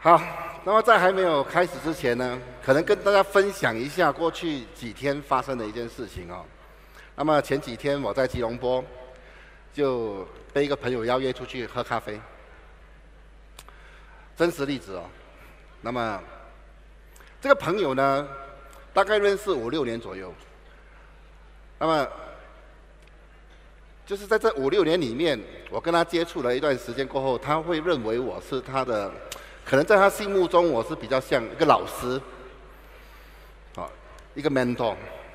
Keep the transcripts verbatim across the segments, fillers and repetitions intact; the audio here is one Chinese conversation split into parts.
好，那么在还没有开始之前呢，可能跟大家分享一下过去几天发生的一件事情哦。那么前几天我在吉隆坡，就被一个朋友邀约出去喝咖啡，真实例子哦。那么这个朋友呢，大概认识五六年左右。那么就是在这五六年里面，我跟他接触了一段时间过后，他会认为我是他的。可能在他心目中，我是比较像一个老师，啊，一个 mentor。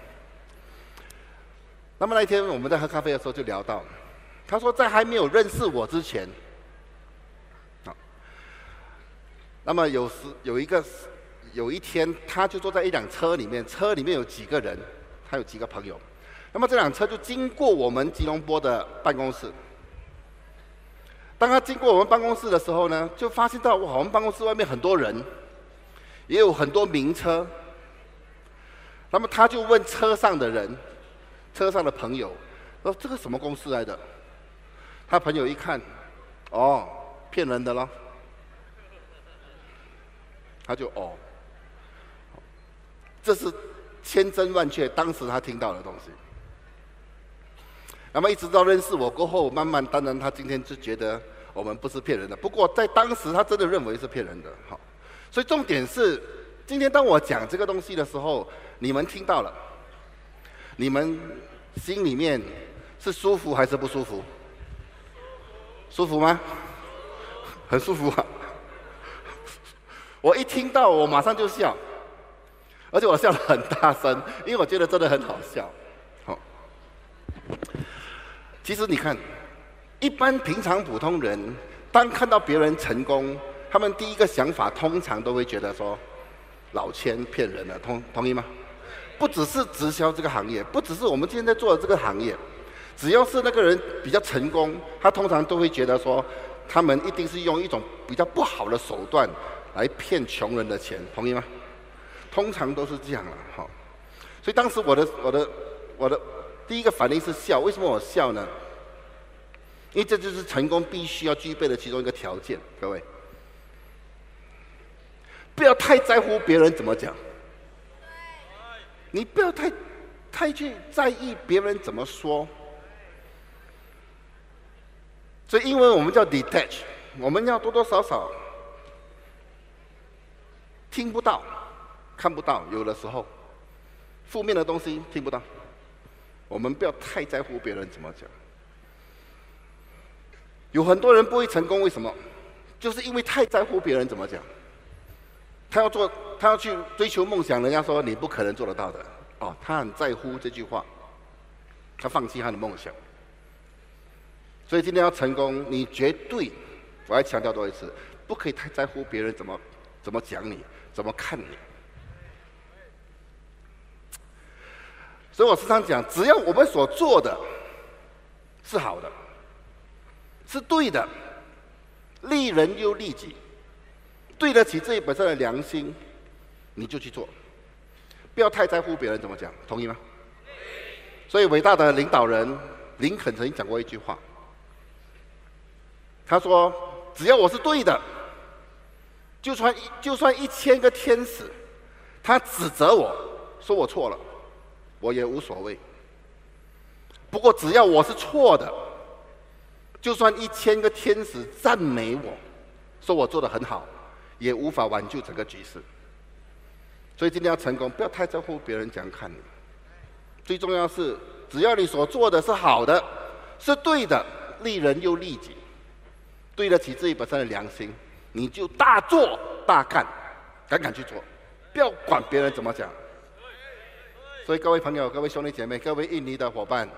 那么那一天我们在喝咖啡的时候就聊到，他说在还没有认识我之前，啊，那么有时有一个有一天，他就坐在一辆车里面，车里面有几个人，他有几个朋友，那么这辆车就经过我们吉隆坡的办公室。当他经过我们办公室的时候呢，就发现到哇，我们办公室外面很多人，也有很多名车。那么他就问车上的人，车上的朋友，说这个什么公司来的？他朋友一看，哦，骗人的咯。他就哦，这是千真万确，当时他听到的东西。那么一直到认识我过后，慢慢当然他今天就觉得我们不是骗人的。不过在当时他真的认为是骗人的，好，所以重点是，今天当我讲这个东西的时候，你们听到了，你们心里面是舒服还是不舒服？舒服吗？很舒服啊！我一听到，我马上就笑，而且我笑得很大声，因为我觉得真的很好笑。好。其实你看，一般平常普通人，当看到别人成功，他们第一个想法通常都会觉得说，老千骗人了，同同意吗？不只是直销这个行业，不只是我们现在做的这个行业，只要是那个人比较成功，他通常都会觉得说，他们一定是用一种比较不好的手段来骗穷人的钱，同意吗？通常都是这样了，好。所以当时我的我的我的。第一个反应是笑，为什么我笑呢？因为这就是成功必须要具备的其中一个条件。各位，不要太在乎别人怎么讲，你不要太太去在意别人怎么说。所以英文我们叫 detach， 我们要多多少少听不到、看不到，有的时候负面的东西听不到。我们不要太在乎别人怎么讲。有很多人不会成功，为什么？就是因为太在乎别人怎么讲。他要做，他要去追求梦想，人家说你不可能做得到的。哦，他很在乎这句话，他放弃他的梦想。所以今天要成功，你绝对，我要强调多一次，不可以太在乎别人怎么怎么讲你，怎么看你。所以我时常讲，只要我们所做的是好的，是对的，利人又利己，对得起自己本身的良心，你就去做，不要太在乎别人怎么讲，同意吗？所以伟大的领导人林肯曾经讲过一句话，他说：“只要我是对的，就算就算一千个天使，他指责我说我错了。”我也无所谓。不过只要我是错的，就算一千个天使赞美我，说我做得很好，也无法挽救整个局势。所以今天要成功，不要太在乎别人怎样看你。最重要是，只要你所做的是好的，是对的，利人又利己，对得起自己本身的良心，你就大做大干，敢敢去做，不要管别人怎么讲。所以各位朋友、各位兄弟姐妹、各位印尼的伙伴，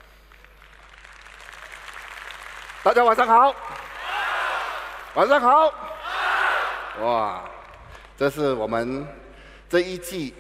大家晚上好，晚上好，哇，这是我们这一季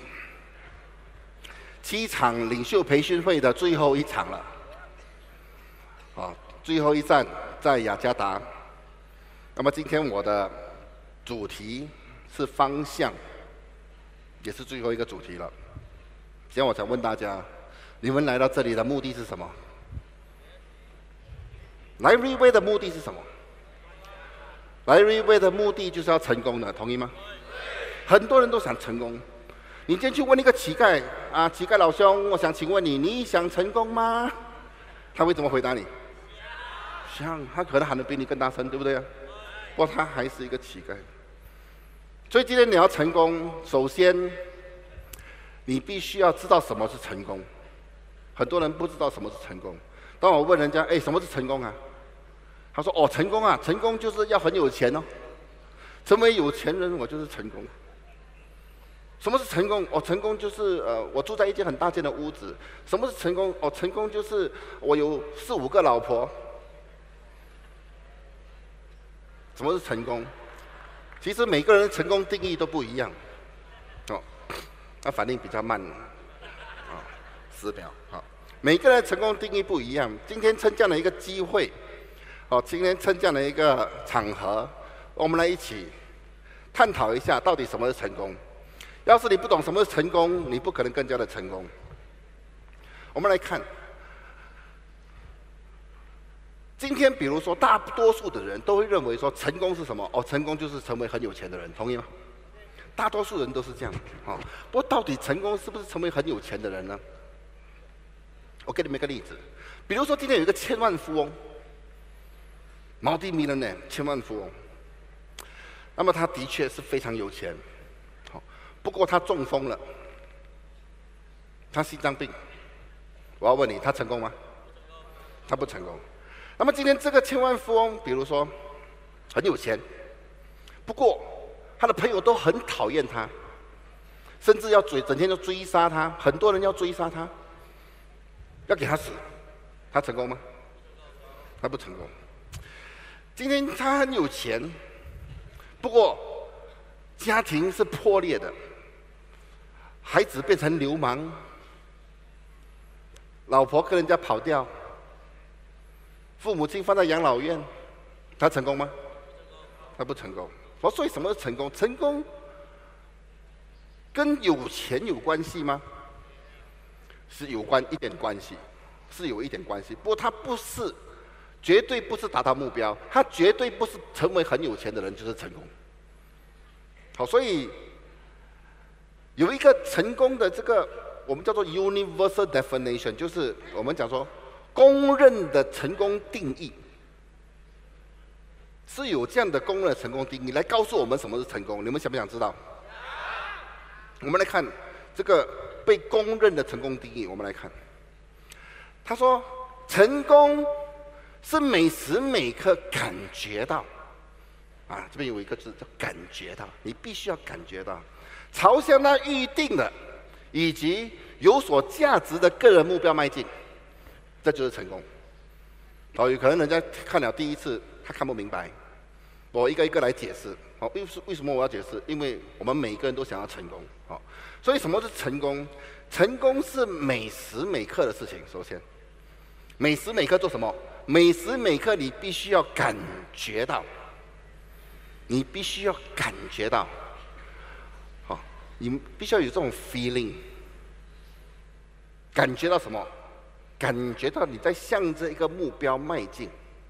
七场领袖培训会的最后一场了，啊，最后一站在雅加达。那么今天我的主题是方向，也是最后一个主题了。今天我想问大家，你们来到这里的目的是什么？来 Reway 的目的是什么？ 来 Riverway 的目的就是要成功的，同意吗？很多人都想成功。你今天去问一个乞丐啊，乞丐老兄，我想请问你，你想成功吗？他会怎么回答你？想，他可能喊得比你更大声，对不对啊？不过他还是一个乞丐。所以今天你要成功，首先你必须要知道什么是成功。很多人不知道什么是成功。当我问人家，哎，什么是成功啊？他说，哦，成功啊，成功就是要很有钱哦，成为有钱人，我就是成功。什么是成功？哦，成功就是呃，我住在一间很大间的屋子。什么是成功？哦，成功就是我有四五个老婆。什么是成功？其实每个人成功定义都不一样。哦，那反应比较慢。啊、哦，十秒。好、哦，每个人成功定义不一样。今天趁这样的一个机会，哦，今天趁这样的一个场合，我们来一起探讨一下，到底什么是成功。要是你不懂什么是成功，你不可能更加的成功。我们来看，今天比如说，大多数的人都会认为说，成功是什么？哦，成功就是成为很有钱的人，同意吗？大多数人都是这样。哦，不过到底成功是不是成为很有钱的人呢？我给你们一个例子，比如说今天有一个千万富翁 ，multi-millionaire 千万富翁，那么他的确是非常有钱。不过他中风了，他心脏病。我要问你，他成功吗？他不成功。那么今天这个千万富翁，比如说很有钱，不过他的朋友都很讨厌他，甚至要追，整天就追杀他，很多人要追杀他，要给他死。他成功吗？他不成功。今天他很有钱，不过家庭是破裂的。孩子变成流氓，老婆跟人家跑掉，父母亲放在养老院，他成功吗？他不成功。我说，什么是成功？成功跟有钱有关系吗？是有关一点关系，是有一点关系。不过他不是，绝对不是达到目标，他绝对不是成为很有钱的人就是成功。好，所以有一个成功的这个我们叫做 universal definition， 就是我们讲说公认的成功定义，是有这样的公认的成功定义来告诉我们什么是成功。你们想不想知道？我们来看这个被公认的成功定义。我们来看，他说成功是每时每刻感觉到，啊，这边有一个字叫感觉到，你必须要感觉到。朝向那预定的以及有所价值的个人目标迈进，这就是成功。哦，有可能人家看了第一次他看不明白，我一个一个来解释。哦，为为什么我要解释？因为我们每个人都想要成功。哦，所以什么是成功？成功是每时每刻的事情。首先，每时每刻做什么？每时每刻你必须要感觉到，你必须要感觉到。你必须要有这种 feeling， 感觉到什么？感觉到你在向着一个目标迈进，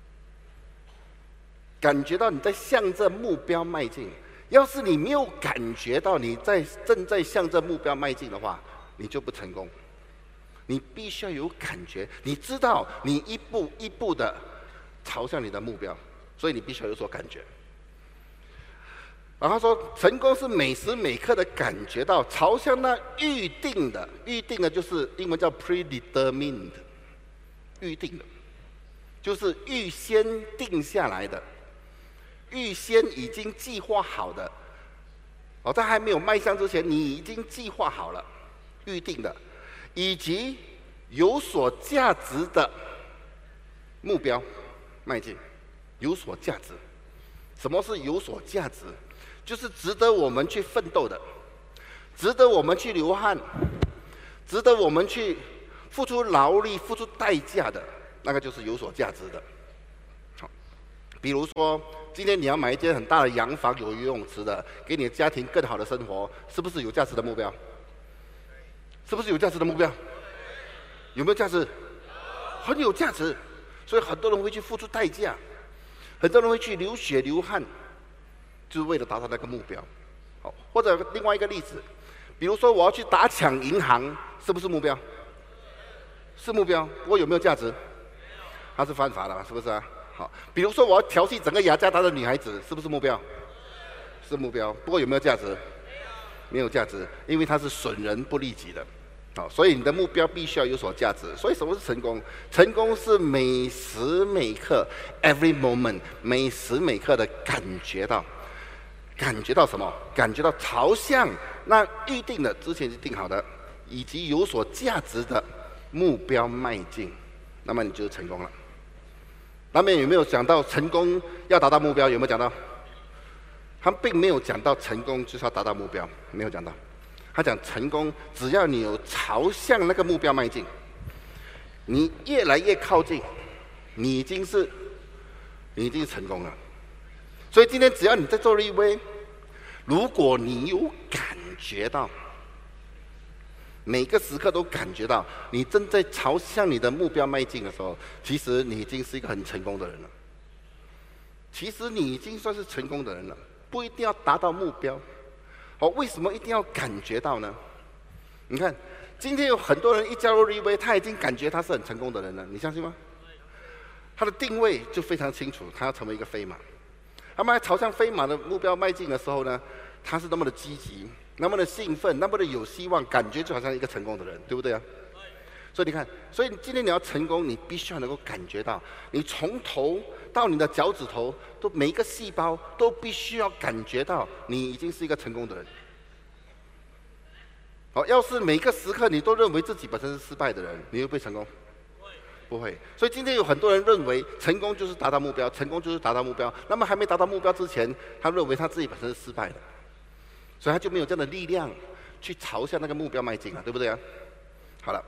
感觉到你在向着目标迈进。要是你没有感觉到你在正在向着目标迈进的话，你就不成功。你必须要有感觉，你知道你一步一步的朝向你的目标，所以你必须要有所感觉。然后他说，成功是每时每刻的感觉到朝向那预定的，预定的就是英文叫 predetermined， 预定的，就是预先定下来的，预先已经计划好的。哦，在还没有迈向之前，你已经计划好了，预定的，以及有所价值的目标迈进，有所价值。什么是有所价值？就是值得我们去奋斗的，值得我们去流汗，值得我们去付出劳力、付出代价的，那个就是有所价值的。好，比如说，今天你要买一间很大的洋房，有游泳池的，给你的家庭更好的生活，是不是有价值的目标？是不是有价值的目标？有没有价值？很有价值，所以很多人会去付出代价。 很多人会去流血流汗，就是为了达到那个目标。好，或者另外一个例子，比如说我要去打抢银行，是不是目标？是目标，不过有没有价值？它是犯法的嘛，是不是啊？好，比如说我要调戏整个雅加达的女孩子，是不是目标？是目标，不过有没有价值？没有价值，因为它是损人不利己的。好，所以你的目标必须要有所价值。所以什么是成功？成功是每时每刻 ，every moment， 每时每刻的感觉到，感觉到什么？感觉到朝向那预定的、之前就定好的，以及有所价值的目标迈进，那么你就是成功了。那边有没有讲到成功要达到目标？有没有讲到？他并没有讲到成功就是要达到目标，没有讲到。他讲成功，只要你有朝向那个目标迈进，你越来越靠近，你已经是，你已经成功了。所以今天只要你在做立威，如果你有感觉到，每个时刻都感觉到你正在朝向你的目标迈进的时候，其实你已经是一个很成功的人了。其实你已经算是成功的人了，不一定要达到目标。好，为什么一定要感觉到呢？你看，今天有很多人一加入立威，他已经感觉他是很成功的人了，你相信吗？他的定位就非常清楚，他要成为一个飞马。他们朝向飞马的目标迈进的时候呢，他是那么的积极，那么的兴奋，那么的有希望，感觉就好像一个成功的人，对不对啊？所以你看，所以今天你要成功，你必须要能够感觉到，你从头到你的脚趾头，都每一个细胞都必须要感觉到，你已经是一个成功的人。好，要是每个时刻你都认为自己本身是失败的人，你会不会成功？不会。所以今天有很多人认为成功就是达到目标，成功就是达到目标。那么还没达到目标之前，他认为他自己本身是失败的，所以他就没有这样的力量去朝向那个目标迈进了，对不对啊？好了。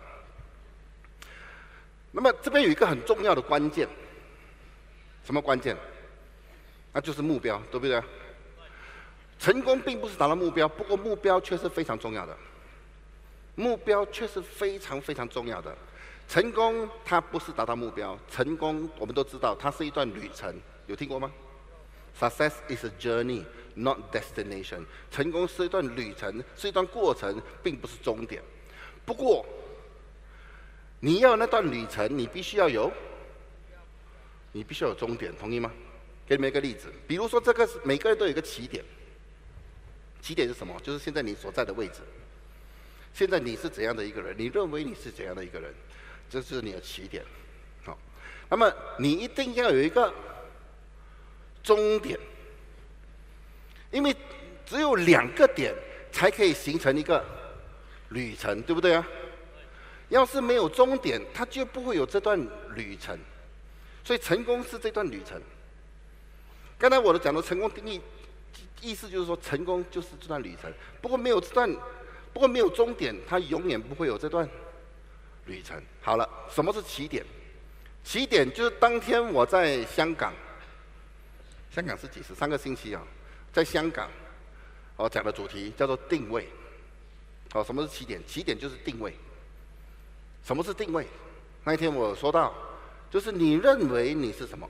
那么这边有一个很重要的关键，什么关键？那就是目标，对不对？成功并不是达到目标，不过目标却是非常重要的。目标却是非常非常重要的。成功它不是达到目标，成功我们都知道它是一段旅程，有听过吗？ Success is a journey, not destination。成功是一段旅程，是一段过程，并不是终点。不过，你要那段旅程，你必须要有，你必须要有终点，同意吗？给你们一个例子，比如说这个每个人都有一个起点，起点是什么？就是现在你所在的位置。现在你是怎样的一个人？你认为你是怎样的一个人？这是你的起点。好，那么你一定要有一个终点，因为只有两个点才可以形成一个旅程，对不对啊？要是没有终点，它就不会有这段旅程。所以成功是这段旅程。刚才我的讲的成功定义，意思就是说，成功就是这段旅程。不过没有这段，不过没有终点，它永远不会有这段旅程。好了，什么是起点？起点就是当天我在香港，香港是几时？上个星期啊，在香港，我讲的主题叫做定位。哦，什么是起点？起点就是定位。什么是定位？那一天我说到，就是你认为你是什么？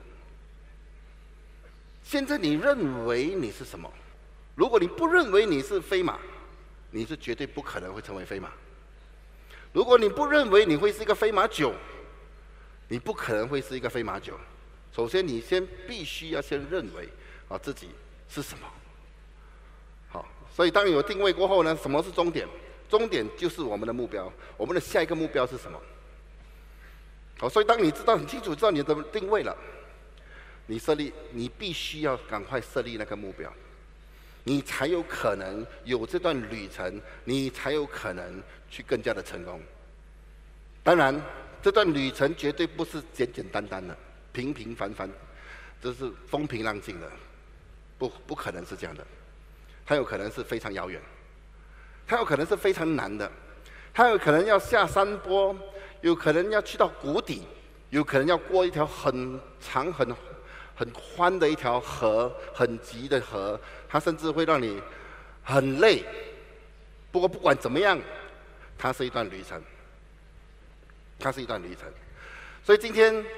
现在你认为你是什么？如果你不认为你是飞马，你是绝对不可能会成为飞马。如果你不认为你会是一个飞马九，你不可能会是一个飞马九。首先，你先必须要先认为啊自己是什么。好，所以当你有定位过后呢，什么是终点？终点就是我们的目标，我们的下一个目标是什么？好，所以当你知道很清楚知道你的定位了，你设立，你必须要赶快设立那个目标，你才有可能有这段旅程，你才有可能去更加的成功。当然，这段旅程绝对不是简简单单的、平平凡凡，这是风平浪静的，不不可能是这样的，它有可能是非常遥远。它有可能是非常难的，它有可能要下山坡，有可能要去到谷底，有可能要过一条很长、很很宽的一条河，很急的河，它甚至会让你很累。不过不管怎么样，它是一段旅程，它是一段旅程。所以今天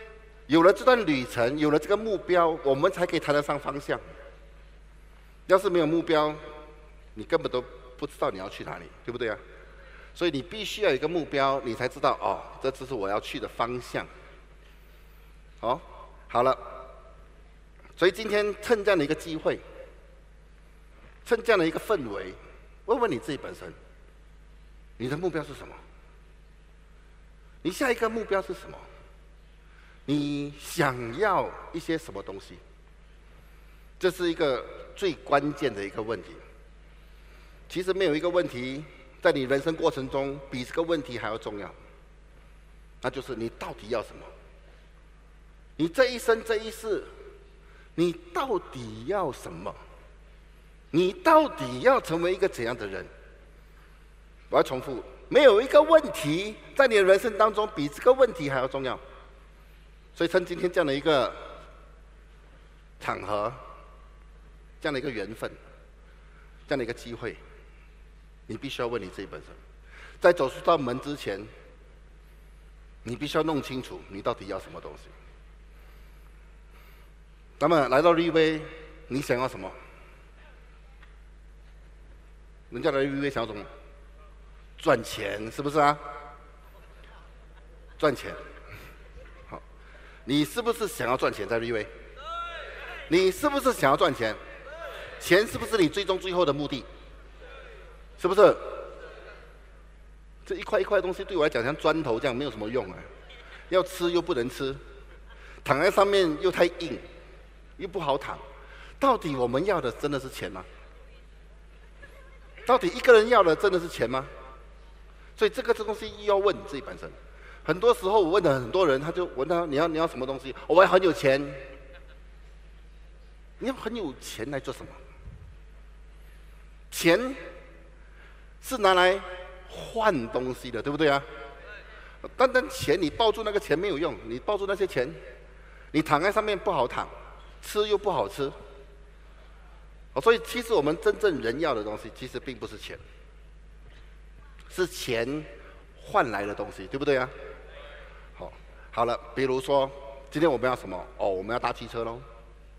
有了这段旅程，有了这个目标，我们才可以谈得上方向。要是没有目标，你根本都不知道你要去哪里，对不对啊？所以你必须要有一个目标，你才知道哦，这就是我要去的方向。哦，好了，所以今天趁这样的一个机会，趁这样的一个氛围，问问你自己本身，你的目标是什么？你下一个目标是什么？你想要一些什么东西？这是一个最关键的一个问题。其实没有一个问题在你人生过程中比这个问题还要重要，那就是你到底要什么？你这一生这一世，你到底要什么？你到底要成为一个怎样的人？我要重复，没有一个问题在你的人生当中比这个问题还要重要。所以趁今天这样的一个场合，这样的一个缘分，这样的一个机会，你必须要问你自己本身，在走出到门之前，你必须要弄清楚你到底要什么东西。那么来到立威，你想要什么？人家来立威想要什么？赚钱，是不是啊？赚钱。好，你是不是想要赚钱在立威？你是不是想要赚钱？钱是不是你最终最后的目的？是不是？这一块一块的东西对我来讲像砖头这样，没有什么用啊！要吃又不能吃，躺在上面又太硬，又不好躺。到底我们要的真的是钱吗？到底一个人要的真的是钱吗？所以这个东西要问你自己本身。很多时候我问了很多人，他就问他你要你要什么东西？我要很有钱。你要很有钱来做什么？钱是拿来换东西的，对不对啊？单单钱，你抱住那个钱没有用，你抱住那些钱，你躺在上面不好躺，吃又不好吃。所以其实我们真正人要的东西，其实并不是钱，是钱换来的东西，对不对啊？好，好了，比如说今天我们要什么？哦，我们要搭汽车喽。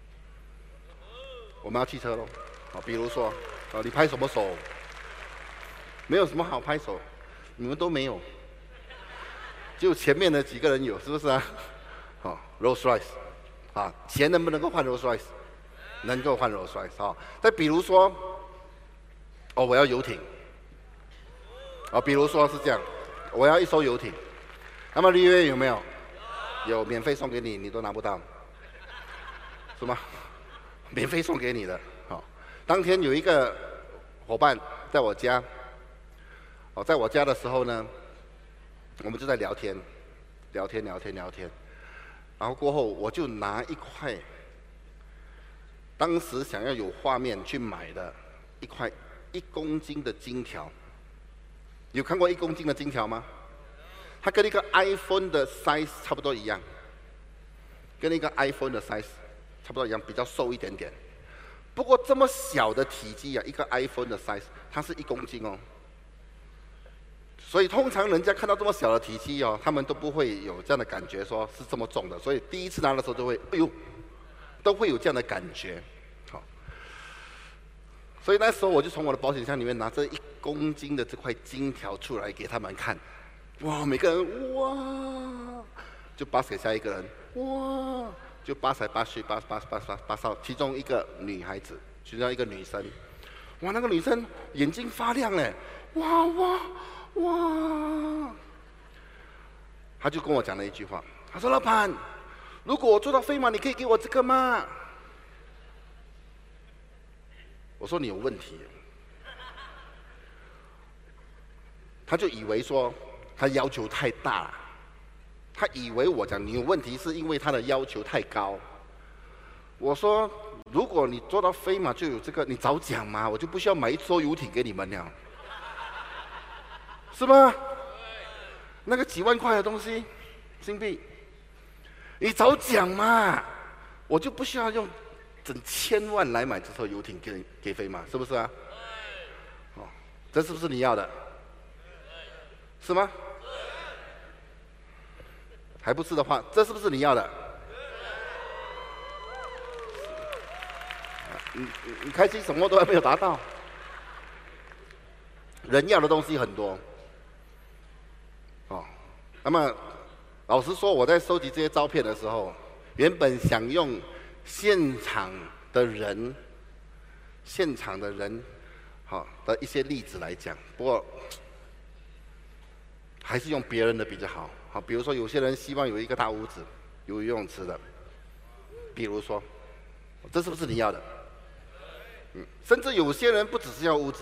我们要汽车喽。好，比如说，啊，你拍什么手？没有什么好拍手，你们都没有，只有前面的几个人有，是不是啊？好 ，Rolls Royce， 啊，钱能不能够换 Rolls Royce？ 能够换 Rolls Royce 啊。再比如说，哦，我要游艇。啊，比如说是这样，我要一艘游艇。那么立约有没有？有，免费送给你，你都拿不到，是吗？免费送给你的。好，当天有一个伙伴在我家。哦，在我家的时候呢，我们就在聊天，聊天，聊天，聊天。然后过后，我就拿一块，当时想要有画面去买的一块一公斤的金条。有看过一公斤的金条吗？它跟一个 iPhone 的 size 差不多一样，跟一个 iPhone 的 size 差不多一样，比较瘦一点点。不过这么小的体积啊，一个 iPhone 的 size， 它是一公斤哦。所以通常人家看到这么小的体积哦，他们都不会有这样的感觉，说是这么重的。所以第一次拿的时候都会，哎呦，都会有这样的感觉。好，所以那时候我就从我的保险箱里面拿这一公斤的这块金条出来给他们看。哇，每个人哇，就pass给下一个人，哇，就pass来pass去，pass pass pass pass pass到其中一个女孩子，其中一个女生，哇，那个女生眼睛发亮嘞，哇哇。哇！他就跟我讲了一句话，他说：“老板，如果我做到飞马，你可以给我这个吗？”我说：“你有问题。”他就以为说他要求太大，他以为我讲你有问题是因为他的要求太高。我说：“如果你做到飞马就有这个，你早讲嘛，我就不需要买一艘游艇给你们了。”是吧？那个几万块的东西，新币，你早讲嘛，我就不需要用整千万来买这艘游艇给给飞马，是不是啊？哦，这是不是你要的？是吗？还不是的话，这是不是你要的？ 你你你开心什么都还没有达到。人要的东西很多，哦，那么老实说，我在收集这些照片的时候，原本想用现场的人、现场的人，好、哦、的一些例子来讲，不过还是用别人的比较好。好，比如说有些人希望有一个大屋子，有游泳池的，比如说，这是不是你要的？嗯，甚至有些人不只是要屋子。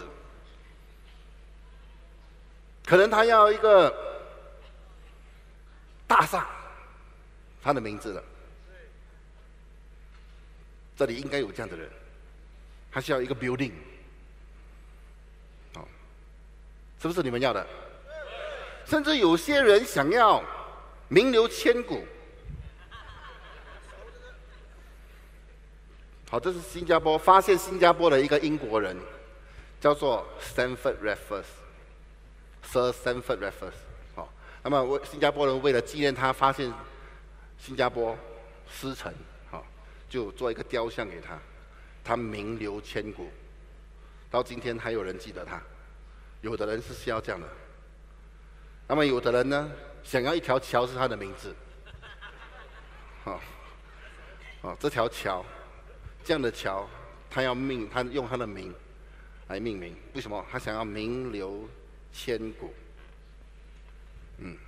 可能他要一个大厦，他的名字了。这里应该有这样的人，他需要一个 building， 哦，是不是你们要的？甚至有些人想要名留千古。好，这是新加坡发现新加坡的一个英国人，叫做 Stamford Raffles。Sir Stamford Raffles， 好，那么为新加坡人为了纪念他发现新加坡狮城，好，就做一个雕像给他，他名留千古，到今天还有人记得他。有的人是需要这样的，那么有的人呢，想要一条桥是他的名字，好，好，这条桥，这样的桥，他要命，他用他的名来命名，为什么？他想要名留千古，嗯，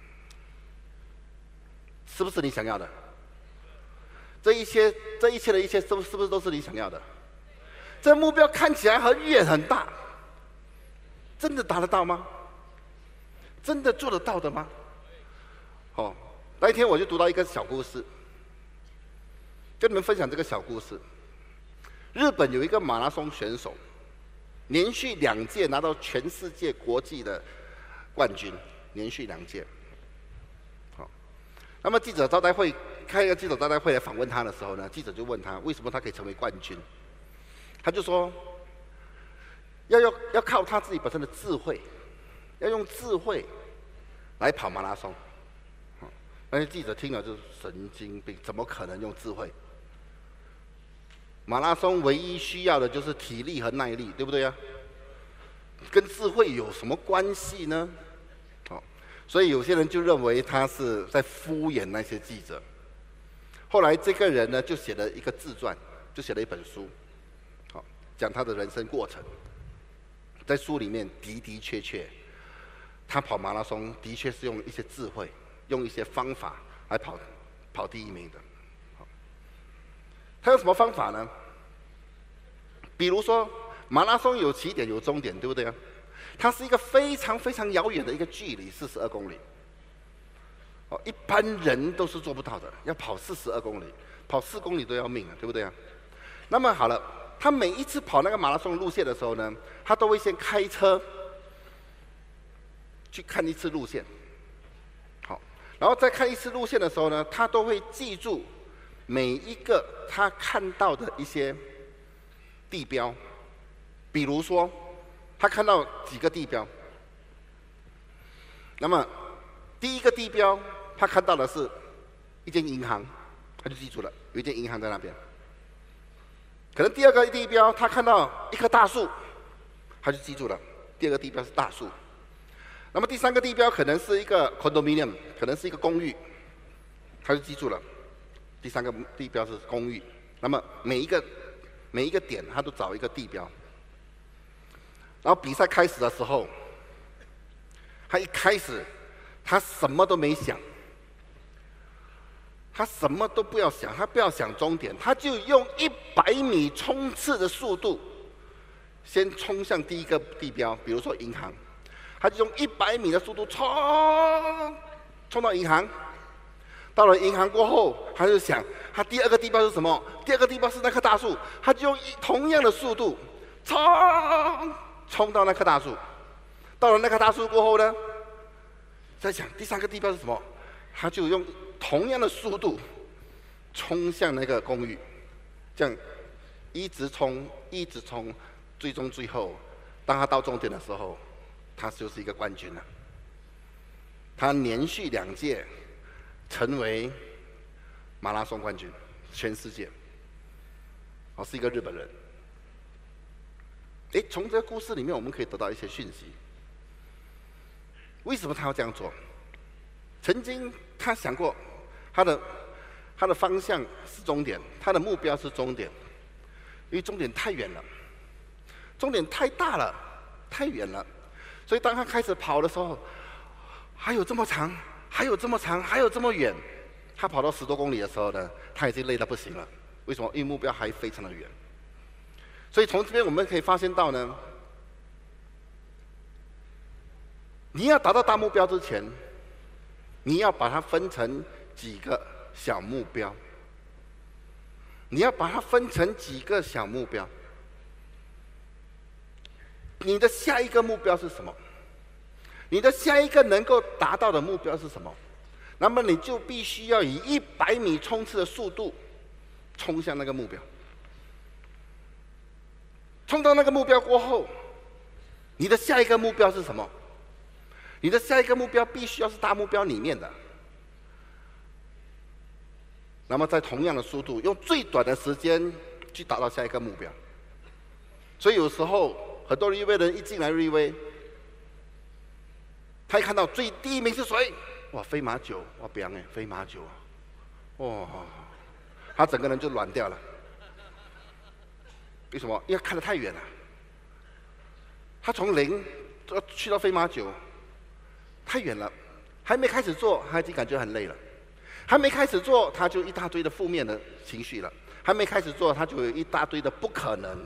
是不是你想要的？这一切，这一切的一切，是不是不是都是你想要的？这目标看起来很远很大，真的达得到吗？真的做得到的吗？哦，那一天我就读到一个小故事，跟你们分享这个小故事。日本有一个马拉松选手，连续两届拿到全世界国际的冠军，连续两届。好，那么记者招待会开一个记者招待会来访问他的时候呢，记者就问他为什么他可以成为冠军，他就说要要要靠他自己本身的智慧，要用智慧来跑马拉松。那些记者听了就是神经病，怎么可能用智慧？马拉松唯一需要的就是体力和耐力，对不对呀？跟智慧有什么关系呢？哦，所以有些人就认为他是在敷衍那些记者。后来这个人呢，就写了一个自传，就写了一本书，好，讲他的人生过程。在书里面的的确确，他跑马拉松的确是用一些智慧，用一些方法来跑跑第一名的。他有什么方法呢？比如说，马拉松有起点有终点，对不对啊？它是一个非常非常遥远的一个距离，四十二公里。哦，一般人都是做不到的，要跑四十二公里，跑四公里都要命了，对不对啊？那么好了，他每一次跑那个马拉松路线的时候呢，他都会先开车去看一次路线，好，然后再看一次路线的时候呢，他都会记住每一个他看到的一些地标，比如说他看到几个地标，那么第一个地标他看到的是一间银行，他就记住了，有一间银行在那边。可能第二个地标他看到一棵大树，他就记住了，第二个地标是大树。那么第三个地标可能是一个 condominium， 可能是一个公寓，他就记住了。第三个地标是公寓，那么每一个每一个点，他都找一个地标。然后比赛开始的时候，他一开始他什么都没想，他什么都不要想，他不要想终点，他就用一百米冲刺的速度，先冲向第一个地标，比如说银行，他就用一百米的速度冲冲到银行。到了银行过后，他就想，他第二个地标是什么？第二个地标是那棵大树，他就用同样的速度冲冲到那棵大树。到了那棵大树过后呢，在想第三个地标是什么？他就用同样的速度冲向那个公寓，这样一直冲，一直冲，最终最后，当他到终点的时候，他就是一个冠军了。他连续两届成为马拉松冠军，全世界。哦，是一个日本人， 诶，从这个故事里面，我们可以得到一些讯息。为什么他要这样做？曾经他想过，他的他的方向是终点，他的目标是终点，因为终点太远了，终点太大了，太远了。所以当他开始跑的时候，还有这么长，还有这么长，还有这么远。他跑到十多公里的时候呢，他已经累得不行了。为什么？因为目标还非常的远。所以从这边我们可以发现到呢，你要达到大目标之前，你要把它分成几个小目标。你要把它分成几个小目标。你的下一个目标是什么？你的下一个能够达到的目标是什么？那么你就必须要以一百米冲刺的速度冲向那个目标。冲到那个目标过后，你的下一个目标是什么？你的下一个目标必须要是大目标里面的。那么在同样的速度，用最短的时间去达到下一个目标。所以有时候很多瑞威人一进来瑞威，他一看到最第一名是谁？哇，飞马九，哇，不要哎，飞马九，哇，他整个人就软掉了。为什么？因为看得太远了。他从零去到飞马九，太远了，还没开始做，他已经感觉很累了。还没开始做，他就一大堆的负面的情绪了。还没开始做，他就有一大堆的不可能。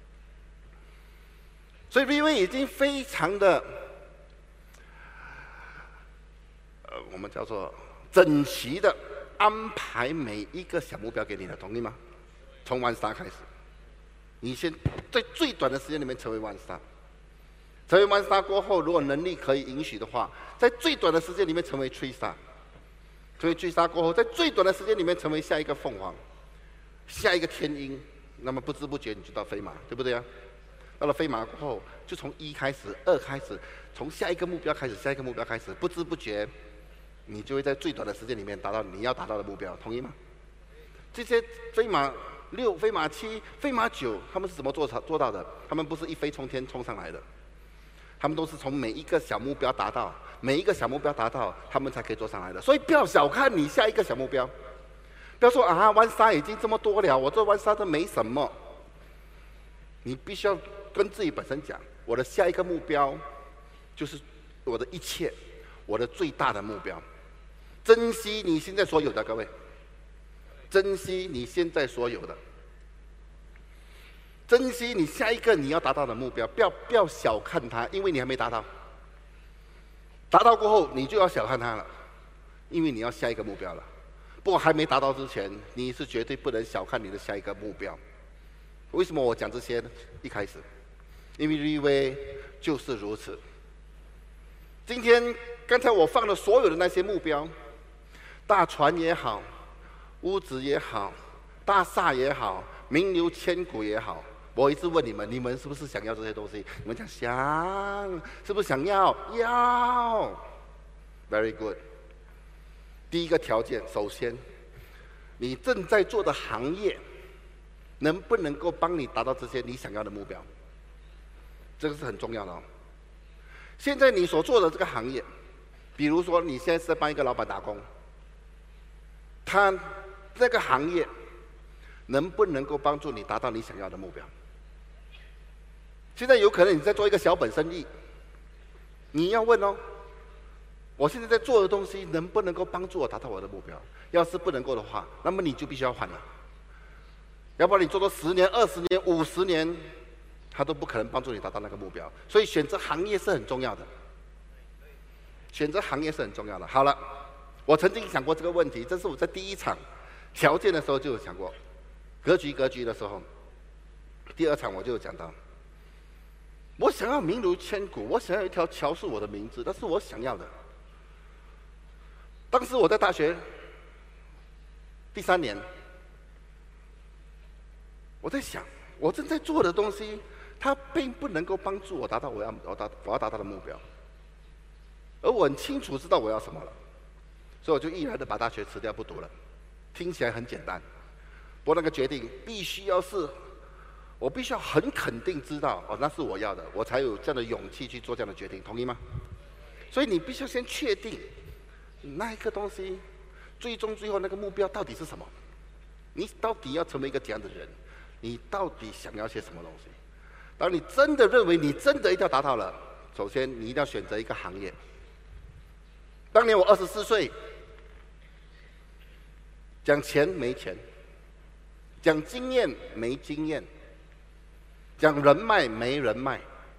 所以瑞威已经非常的。呃，我们叫做整齐的安排每一个小目标给你的，同意吗？从 one star 开始，你先在最短的时间里面成为 one star， 成为 one star 过后，如果能力可以允许的话，在最短的时间里面成为 three star， 成为 three star 过后，在最短的时间里面成为下一个凤凰，下一个天鹰，那么不知不觉你就到飞马，对不对啊？到了飞马过后，就从一开始，二开始，从下一个目标开始，下一个目标开始，不知不觉。你就会在最短的时间里面达到你要达到的目标，同意吗？这些飞马六、飞马七、飞马九，他们是怎么做做到的？他们不是一飞冲天冲上来的，他们都是从每一个小目标达到，每一个小目标达到，他们才可以做上来的。所以不要小看你下一个小目标，不要说啊，one star已经这么多了，我这one star都没什么。你必须要跟自己本身讲，我的下一个目标就是我的一切，我的最大的目标。珍惜你现在所有的，各位，珍惜你现在所有的，珍惜你下一个你要达到的目标，不要不要小看它，因为你还没达到。达到过后，你就要小看它了，因为你要下一个目标了。不过还没达到之前，你是绝对不能小看你的下一个目标。为什么我讲这些呢？一开始，因为瑞威就是如此。今天刚才我放的所有的那些目标。大船也好，屋子也好，大厦也好，名流千古也好，我一直问你们，你们是不是想要这些东西？你们讲想，是不是想要？要 ，very good。第一个条件，首先，你正在做的行业，能不能够帮你达到这些你想要的目标？这个是很重要的哦。现在你所做的这个行业，比如说你现在是在帮一个老板打工。他这个行业能不能够帮助你达到你想要的目标？现在有可能你在做一个小本生意，你要问哦，我现在在做的东西能不能够帮助我达到我的目标？要是不能够的话，那么你就必须要换了。要不然你做了十年、二十年、五十年，他都不可能帮助你达到那个目标。所以选择行业是很重要的，选择行业是很重要的。好了。我曾经想过这个问题，这是我在第一场条件的时候就有想过，格局格局的时候，第二场我就有讲到，我想要名如千古，我想要一条桥是我的名字，那是我想要的。当时我在大学第三年，我在想，我正在做的东西，它并不能够帮助我达到我要我达我要达到的目标，而我很清楚知道我要什么了。所以我就毅然的把大学辞掉不读了，听起来很简单，不过那个决定必须要是我必须要很肯定知道，哦，那是我要的，我才有这样的勇气去做这样的决定，同意吗？所以你必须要先确定那一个东西，最终最后那个目标到底是什么？你到底要成为一个怎样的人？你到底想要些什么东西？当你真的认为你真的一定要达到了，首先你一定要选择一个行业。当年我二十四岁，讲钱没钱，讲经验没经验，讲人脉没人脉，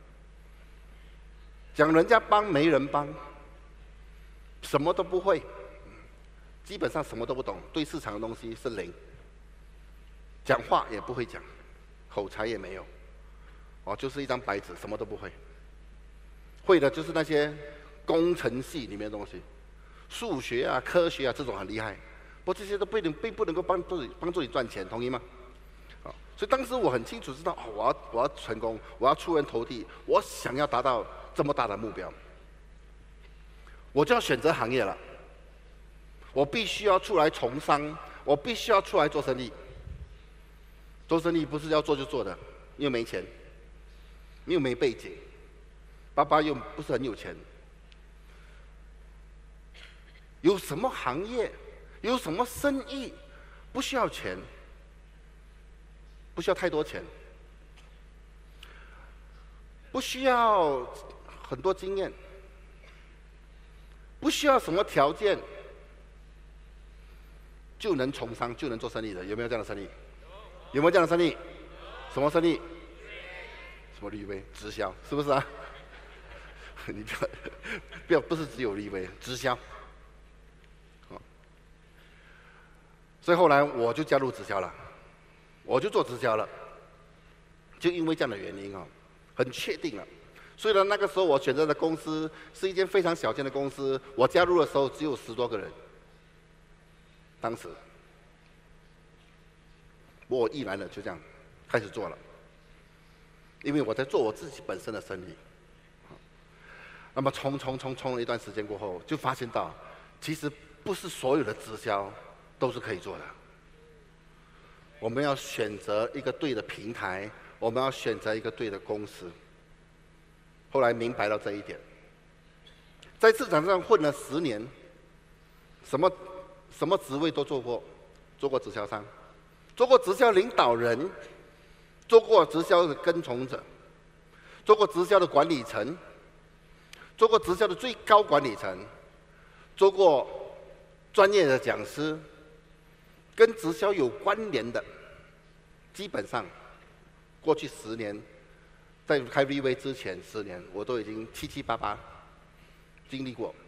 讲人家帮没人帮，什么都不会，基本上什么都不懂，对市场的东西是零，讲话也不会讲，口才也没有，哦，就是一张白纸，什么都不会。会的就是那些工程系里面的东西，数学啊、科学啊这种很厉害，不过这些都不能并不能够帮助你帮助你赚钱，同意吗？啊，所以当时我很清楚知道，哦，我要我要成功，我要出人头地，我想要达到这么大的目标，我就要选择行业了。我必须要出来从商，我必须要出来做生意。做生意不是要做就做的，因为没钱，又没背景，爸爸又不是很有钱。有什么行业，有什么生意不需要钱，不需要太多钱，不需要很多经验，不需要什么条件，就能从商，就能做生意的？有没有这样的生意？有没有这样的生意？什么生意？什么立威？直销，是不是啊？你不要不要，不是只有立威，直销。所以后来我就加入直销了，我就做直销了，就因为这样的原因啊，很确定了。虽然那个时候我选择的公司是一间非常小间的公司，我加入的时候只有十多个人，当时，我毅然的就这样开始做了，因为我在做我自己本身的生意。那么冲冲冲冲了一段时间过后，就发现到，其实不是所有的直销都是可以做的。我们要选择一个对的平台，我们要选择一个对的公司。后来明白了这一点，在市场上混了十年，什么什么职位都做过，做过直销商，做过直销领导人，做过直销的跟从者，做过直销的管理层，做过直销的最高管理层，做过专业的讲师，跟直销有关联的，基本上过去十年，在开 V V 之前十年，我都已经七七八八经历过。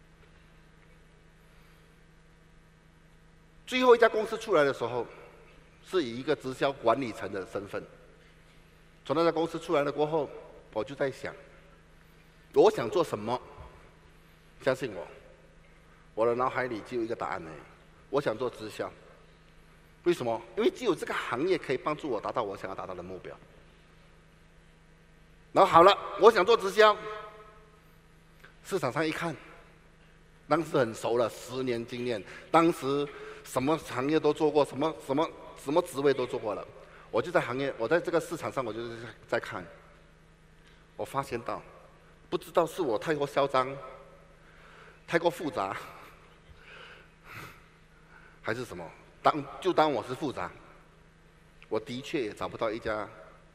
最后一家公司出来的时候，是以一个直销管理层的身份。从那家公司出来了过后，我就在想，我想做什么？相信我，我的脑海里只有一个答案而已，我想做直销。为什么？因为只有这个行业可以帮助我达到我想要达到的目标。然后好了，我想做直销，市场上一看，当时很熟了，十年经验，当时什么行业都做过，什么什么什么职位都做过了。我就在行业，我在这个市场上，我就是在看，我发现到，不知道是我太过嚣张，太过复杂，还是什么？当就当我是复杂，我的确也找不到一家，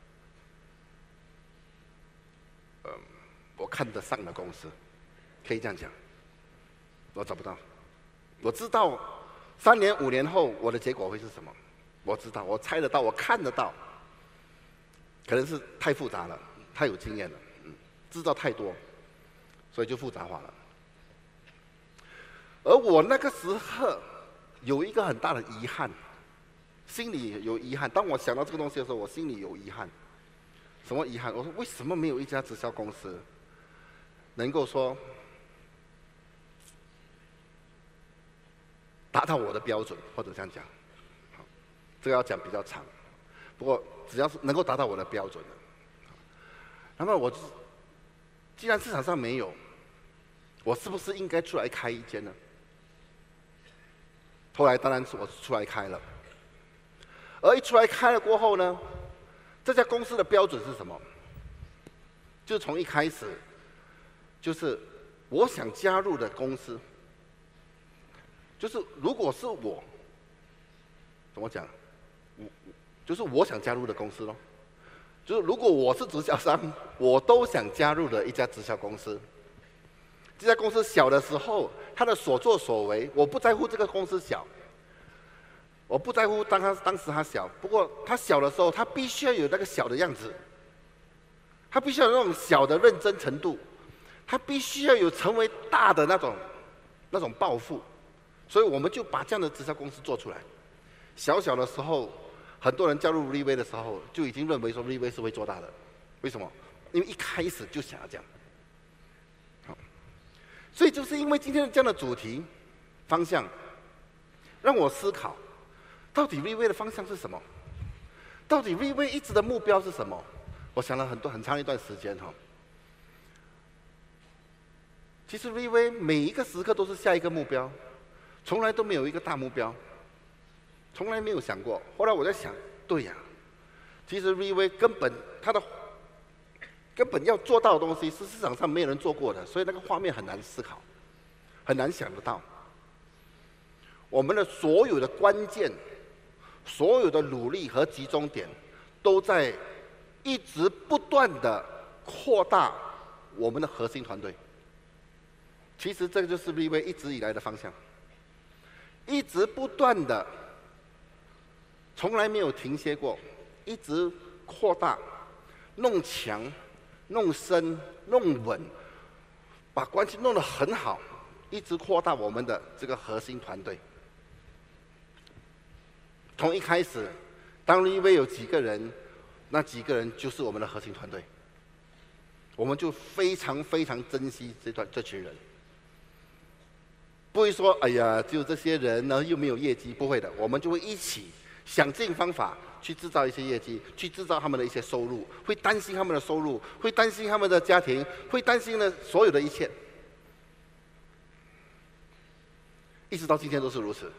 呃，我看得上的公司，可以这样讲，我找不到。我知道三年五年后我的结果会是什么，我知道，我猜得到，我看得到，可能是太复杂了，太有经验了，嗯，知道太多，所以就复杂化了。而我那个时候有一个很大的遗憾，心里有遗憾。当我想到这个东西的时候，我心里有遗憾。什么遗憾？我说为什么没有一家直销公司能够说达到我的标准，或者这样讲，这个要讲比较长。不过只要是能够达到我的标准的，那么我既然市场上没有，我是不是应该出来开一间呢？后来当然是我出来开了，而一出来开了过后呢， 这家公司的标准是什么？就从一开始，就是我想加入的公司，就是如果是我，怎么讲？我就是我想加入的公司咯。就是如果我是直销商，我都想加入的一家直销公司。这家公司小的时候，他的所作所为，我不在乎这个公司小，我不在乎当他当时他小，不过他小的时候，他必须要有那个小的样子，他必须要有那种小的认真程度，他必须要有成为大的那种那种抱负，所以我们就把这样的直销公司做出来。小小的时候，很多人加入 Revay 的时候，就已经认为说 Revay 是会做大的，为什么？因为一开始就想要这样。所以就是因为今天的这样的主题方向，让我思考，到底 Revay 的方向是什么？到底 Revay 一直的目标是什么？我想了很多很长一段时间哈。其实 Revay 每一个时刻都是下一个目标，从来都没有一个大目标，从来没有想过。后来我在想，对呀，其实 Revay 根本它的根本要做到的东西是市场上没有人做过的，所以那个画面很难思考，很难想得到。我们的所有的关键、所有的努力和集中点，都在一直不断的扩大我们的核心团队。其实这个就是 Revay 一直以来的方向，一直不断的，从来没有停歇过，一直扩大、弄强。弄深、弄稳，把关系弄得很好，一直扩大我们的这个核心团队。从一开始，当 Revay 有几个人，那几个人就是我们的核心团队，我们就非常非常珍惜这段这群人，不会说哎呀，只有这些人呢又没有业绩，不会的，我们就会一起想尽方法。去制造一些业绩，去制造他们的一些收入，会担心他们的收入，会担心他们的家庭，会担心呢所有的一切，一直到今天都是如此。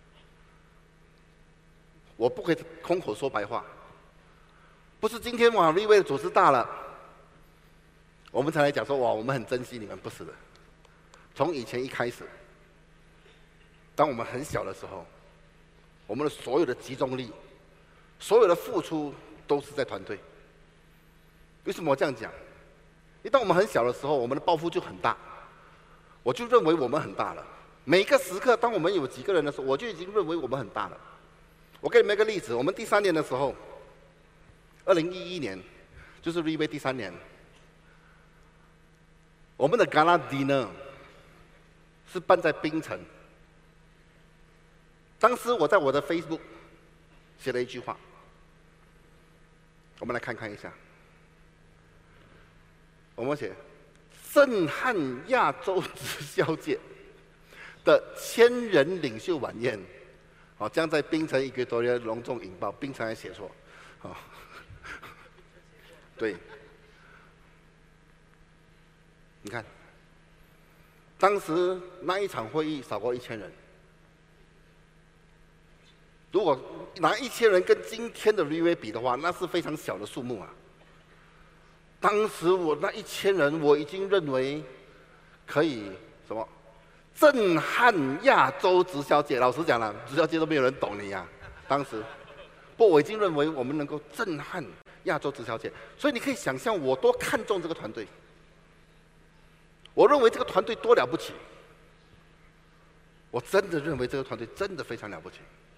我不可以空口说白话，不是今天哇 Revay 的组织大了，我们才来讲说哇我们很珍惜你们，不是的。从以前一开始，当我们很小的时候，我们的所有的集中力。所有的付出都是在团队。为什么我这样讲？因为当我们很小的时候，我们的抱负就很大，我就认为我们很大了。每个时刻，当我们有几个人的时候，我就已经认为我们很大了。我给你们一个例子：我们第三年的时候，二零一一年，就是 Revay 第三年，我们的 Gala Dinner 是办在槟城。当时我在我的 Facebook 写了一句话。我们来看看一下，我们写震撼亚洲直销界的千人领袖晚宴，好，将在槟城一个多月隆重引爆。槟城还写错，好，对，你看，当时那一场会议少过一千人。如果拿一千人跟今天的 Revay 比的话，那是非常小的数目啊。当时我那一千人，我已经认为可以什么震撼亚洲直销界。老实讲了，直销界都没有人懂你呀、啊。当时，不，我已经认为我们能够震撼亚洲直销界。所以你可以想象我多看重这个团队。我认为这个团队多了不起。我真的认为这个团队真的非常了不起。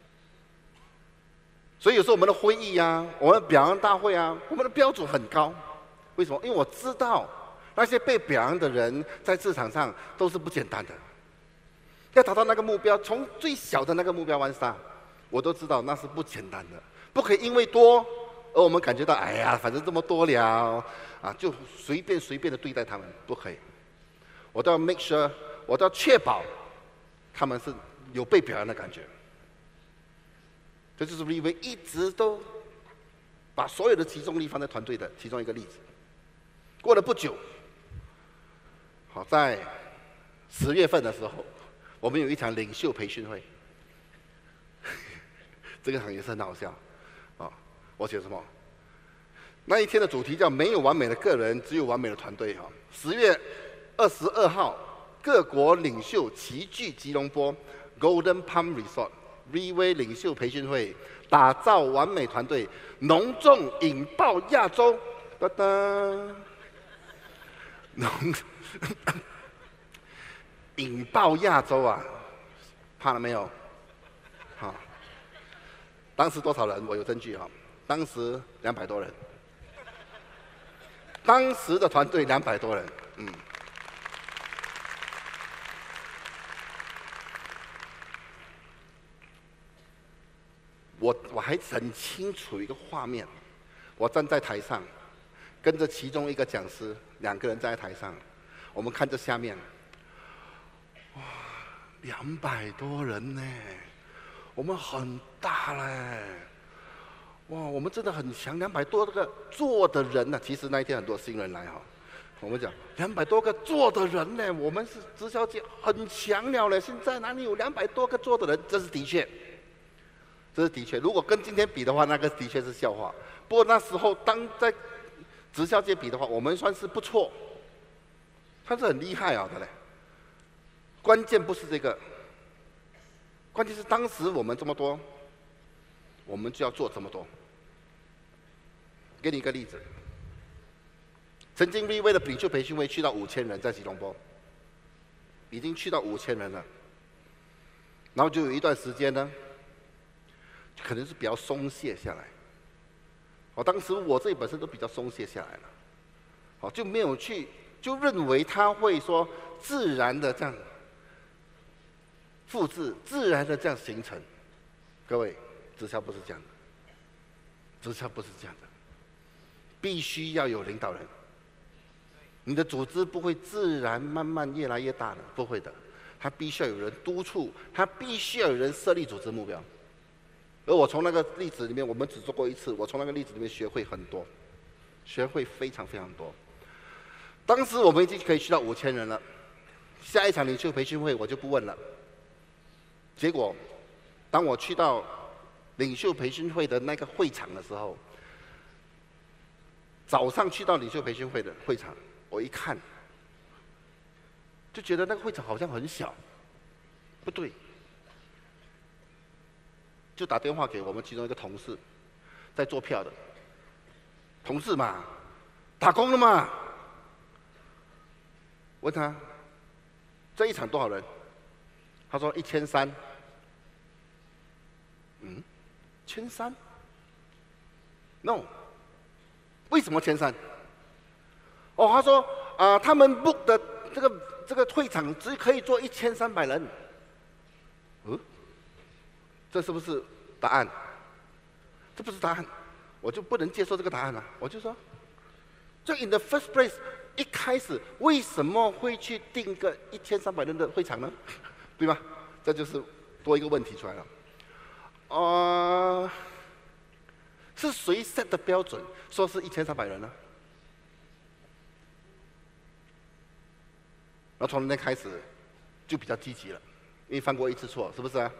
所以有时候我们的会议啊，我们的表扬大会啊，我们的标准很高。为什么？因为我知道那些被表扬的人在市场上都是不简单的。要达到那个目标，从最小的那个目标完杀，我都知道那是不简单的。不可以因为多而我们感觉到哎呀，反正这么多了啊，就随便随便的对待他们，不可以。我都要 make sure， 我都要确保他们是有被表扬的感觉。这就是 Revay 一直都把所有的集中力放在团队的其中一个例子。过了不久，好，在十月份的时候，我们有一场领袖培训会，这个行业是很好笑，啊，我写什么？ 那一天的主题叫"没有完美的个人，只有完美的团队"哈。十月二十二号，各国领袖齐聚吉隆坡 Golden Palm Resort，V V 领袖培训会，打造完美团队，隆重引爆亚洲。哒哒，隆引爆亚洲啊！怕了没有？好，当时多少人？我有证据哈。当时两百多人。当时的团队两百多人，嗯。我我还很清楚一个画面，我站在台上，跟着其中一个讲师，两个人站在台上，我们看着下面，哇，两百多人呢，我们很大嘞。哇，我们真的很强，两百多个做的人呢、啊。其实那一天很多新人来哈，我们讲两百多个做的人呢，我们是直销界很强了嘞。现在哪里有两百多个做的人？这是的确，这是的确。如果跟今天比的话，那个的确是笑话。不过那时候当在直销界比的话，我们算是不错，算是很厉害啊的嘞。关键不是这个，关键是当时我们这么多。我们就要做这么多。给你一个例子，曾经 V V 的领袖培训会去到五千人，在吉隆坡，已经去到五千人了。然后就有一段时间呢，可能是比较松懈下来。哦，当时我自己本身都比较松懈下来了，哦，就没有去，就认为他会说自然的这样复制，自然的这样形成。各位。直销不是这样的，直销不是这样的，必须要有领导人。你的组织不会自然慢慢越来越大的，不会的，它必须要有人督促，它必须要有人设立组织目标。而我从那个例子里面，我们只做过一次，我从那个例子里面学会很多，学会非常非常多。当时我们已经可以去到五千人了，下一场领袖培训会我就不问了。结果，当我去到领袖培训会的那个会场的时候，早上去到领袖培训会的会场，我一看，就觉得那个会场好像很小，不对，就打电话给我们其中一个同事，在做票的同事嘛，打工了嘛，问他这一场多少人？他说一千三。嗯。千三 ？No， 为什么千三？哦，他说啊、呃，他们 book 的这个这个会场只可以坐一千三百人。嗯，这是不是答案？这不是答案，我就不能接受这个答案了。我就说，这 in the first place， 一开始为什么会去定个一千三百人的会场呢？对吧？这就是多一个问题出来了。呃，是谁 set 的标准，说是一千三百人呢？然后从那天开始就比较积极了，因为犯过一次错，是不是啊？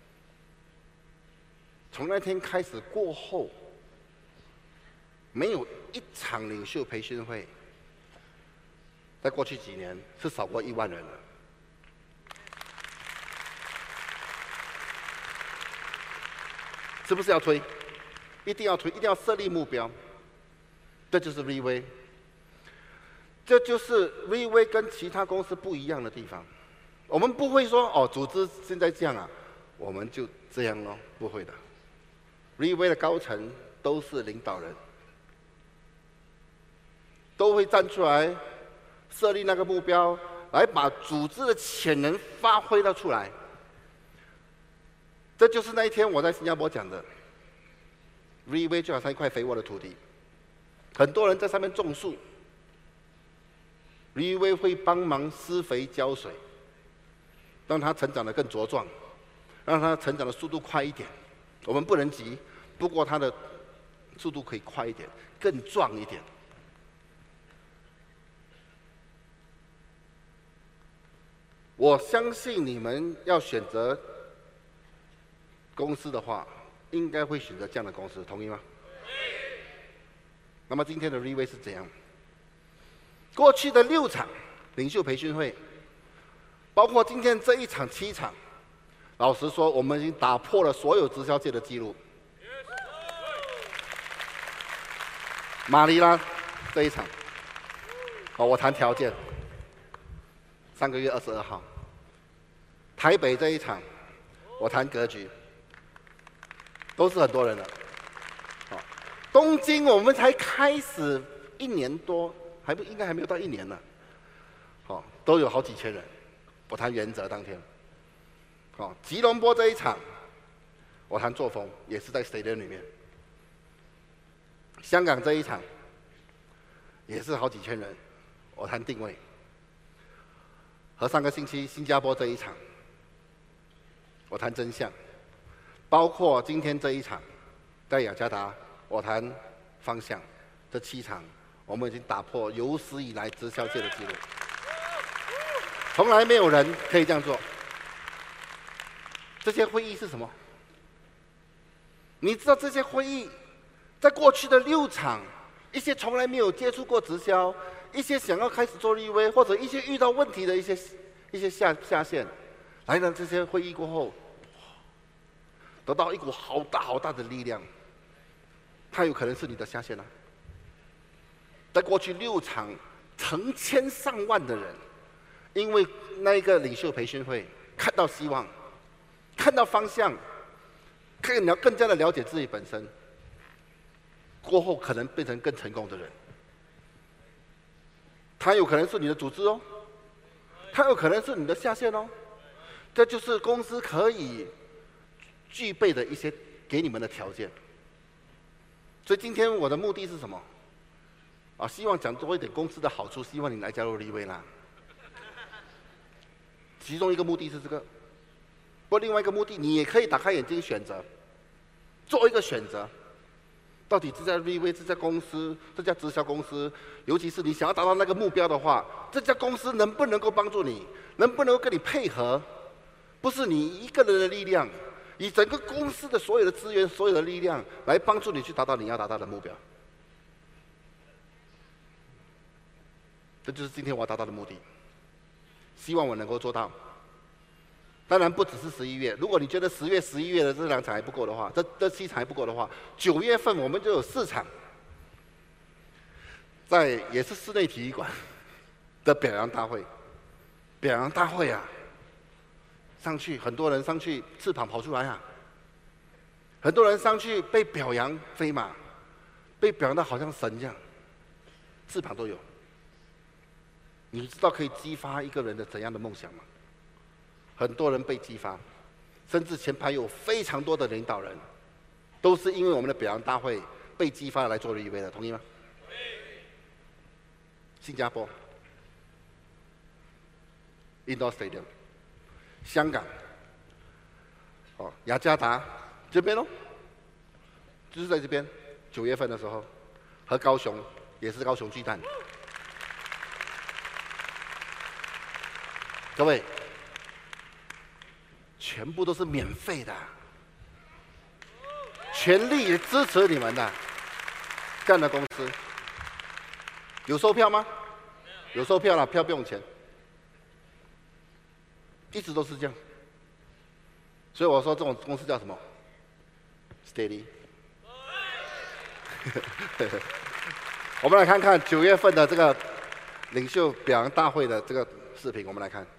从那天开始过后，没有一场领袖培训会，在过去几年是少过一万人的。是不是要推？一定要推，一定要设立目标。这就是 V V， 这就是 V V 跟其他公司不一样的地方。我们不会说哦，组织现在这样啊，我们就这样咯，不会的。V V 的高层都是领导人，都会站出来设立那个目标，来把组织的潜能发挥到出来。这就是那一天我在新加坡讲的 ，V V 就好像一块肥沃的土地，很多人在上面种树 ，V V 会帮忙施肥浇水，让它成长得更茁壮，让它成长的速度快一点。我们不能急，不过它的速度可以快一点，更壮一点。我相信你们要选择公司的话，应该会选择这样的公司，同意吗？ 那么今天的 Re-Way 是怎样？过去的六场领袖培训会，包括今天这一场七场，老实说，我们已经打破了所有直销界的记录。马尼拉这一场，哦，我谈条件，上个月二十二号。台北这一场，我谈格局，都是很多人的。哦，东京我们才开始一年多，还不应该还没有到一年呢。哦，都有好几千人。我谈原则当天。哦，吉隆坡这一场，我谈作风，也是在 stadium 里面。香港这一场，也是好几千人，我谈定位。和上个星期新加坡这一场，我谈真相。包括今天这一场，在雅加达，我谈方向。这七场，我们已经打破有史以来直销界的记录，从来没有人可以这样做。这些会议是什么？你知道这些会议？在过去的六场，一些从来没有接触过直销，一些想要开始做 Re-Way， 或者一些遇到问题的一些一些下下线，来了这些会议过后，得到一股好大好大的力量。它有可能是你的下线啊。在过去六场，成千上万的人，因为那一个领袖培训会，看到希望，看到方向，更了更加的了解自己本身。过后可能变成更成功的人，他有可能是你的组织哦，他有可能是你的下线哦，这就是公司可以具备的一些给你们的条件。所以今天我的目的是什么？啊，希望讲多一点公司的好处，希望你来加入 Re-Way 啦。其中一个目的是这个，不过另外一个目的，你也可以打开眼睛选择，做一个选择。到底这家 Re-Way 这家公司，这家直销公司，尤其是你想要达到那个目标的话，这家公司能不能够帮助你？能不能够跟你配合？不是你一个人的力量，以整个公司的所有的资源、所有的力量来帮助你去达到你要达到的目标。这就是今天我要达到的目的，希望我能够做到。当然不只是十一月，如果你觉得十月、十一月的这两场还不够的话，这这七场还不够的话，九月份我们就有四场，在也是室内体育馆的表扬大会。表扬大会啊，上去很多人上去翅膀跑出来啊，很多人上去被表扬飞马，被表扬的好像神一样，翅膀都有。你知道可以激发一个人的怎样的梦想吗？很多人被激发，甚至前排有非常多的领导人，都是因为我们的表扬大会被激发来做 Re-Way 的，同意吗？新加坡 Indoor Stadium， 香港，哦，雅加达这边哦，就是在这边，九月份的时候，和高雄也是高雄巨蛋。各位。全部都是免费的，全力支持你们的这样的公司。有售票吗？有售票了，票不用钱，一直都是这样。所以我说这种公司叫什么 ？Steady。我们来看看九月份的这个领袖表扬大会的这个视频，我们来看。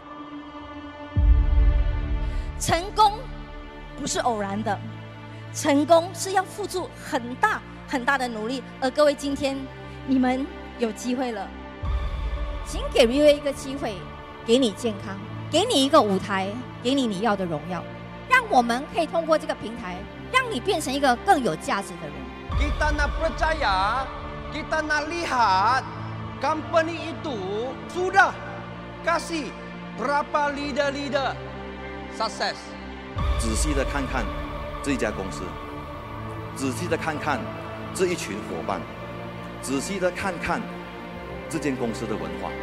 成功不是偶然的，成功是要付出很大很大的努力。而各位，今天你们有机会了，请给 Re-Way 一个机会，给你健康，给你一个舞台，给你你要的荣耀，让我们可以通过这个平台，让你变成一个更有价值的人。 Kita nak percaya, kita nak lihat company itu sudah kasih berapa leader-leader success。 仔细的看看这家公司，仔细的看看这一群伙伴，仔细的看看这间公司的文化。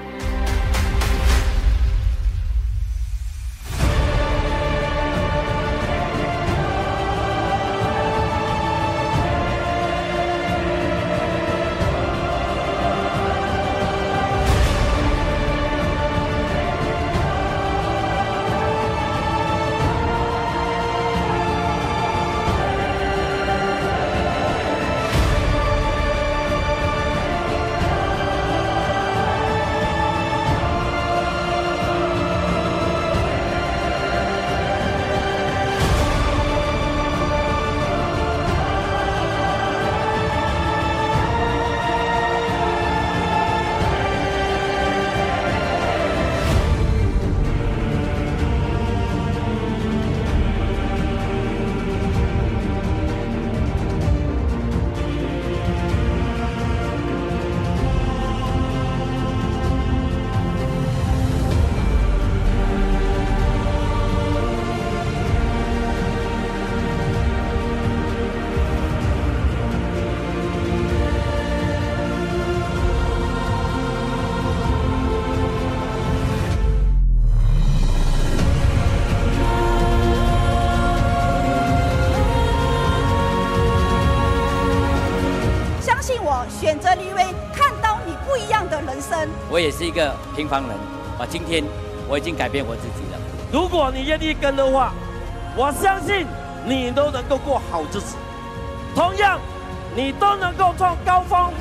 相信我，选择立威，看到你不一样的人生。 我也是一个平凡人，啊，今天我已经改变我自己了。 如果你愿意跟的话，我相信你都能够过好日子，同样，你都能够创高峰。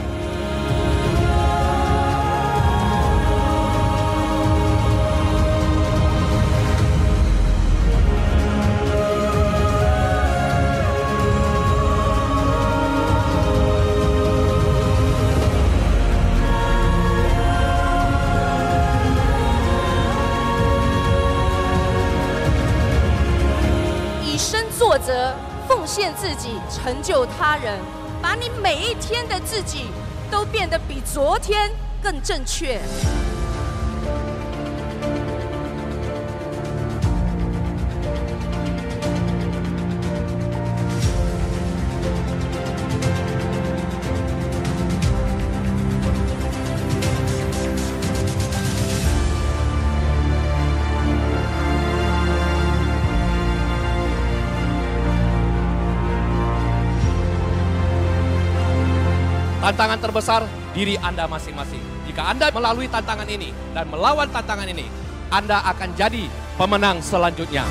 作则，奉献自己，成就他人，把你每一天的自己都变得比昨天更正确。 Tantangan terbesar diri Anda masing-masing. Jika Anda melalui tantangan ini dan melawan tantangan ini, Anda akan jadi pemenang selanjutnya.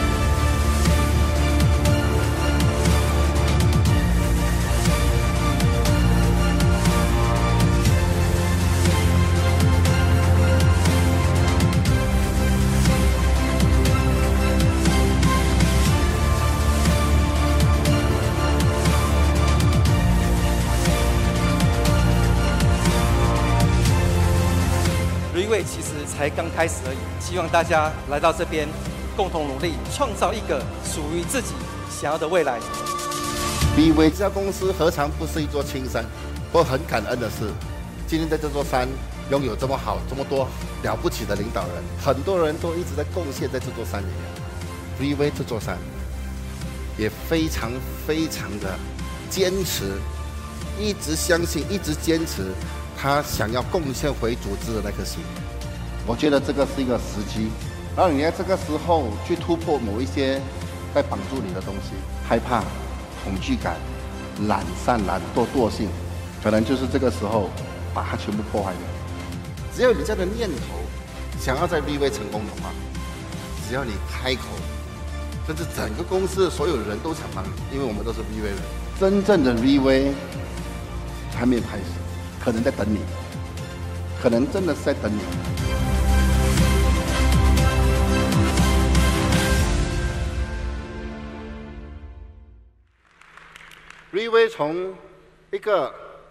Reway 其实才刚开始而已，希望大家来到这边，共同努力，创造一个属于自己想要的未来。 Reway 这家公司何尝不是一座青山？我很感恩的是，今天在这座山拥有这么好、这么多了不起的领导人，很多人都一直在贡献在这座山里面。Reway 这座山也非常非常的坚持，一直相信，一直坚持。他想要贡献回组织的那颗心，我觉得这个是一个时机，然后你在这个时候去突破某一些在绑住你的东西，害怕、恐惧感、懒散、懒惰、惰性，可能就是这个时候把它全部破坏掉。只要有这样的念头，想要在 Reway 成功的话，只要你开口，甚至整个公司的所有人都想帮你，因为我们都是 Reway 人，真正的 Reway 还没有开始。可能在等你，可能真的是在等你。Reway 从一个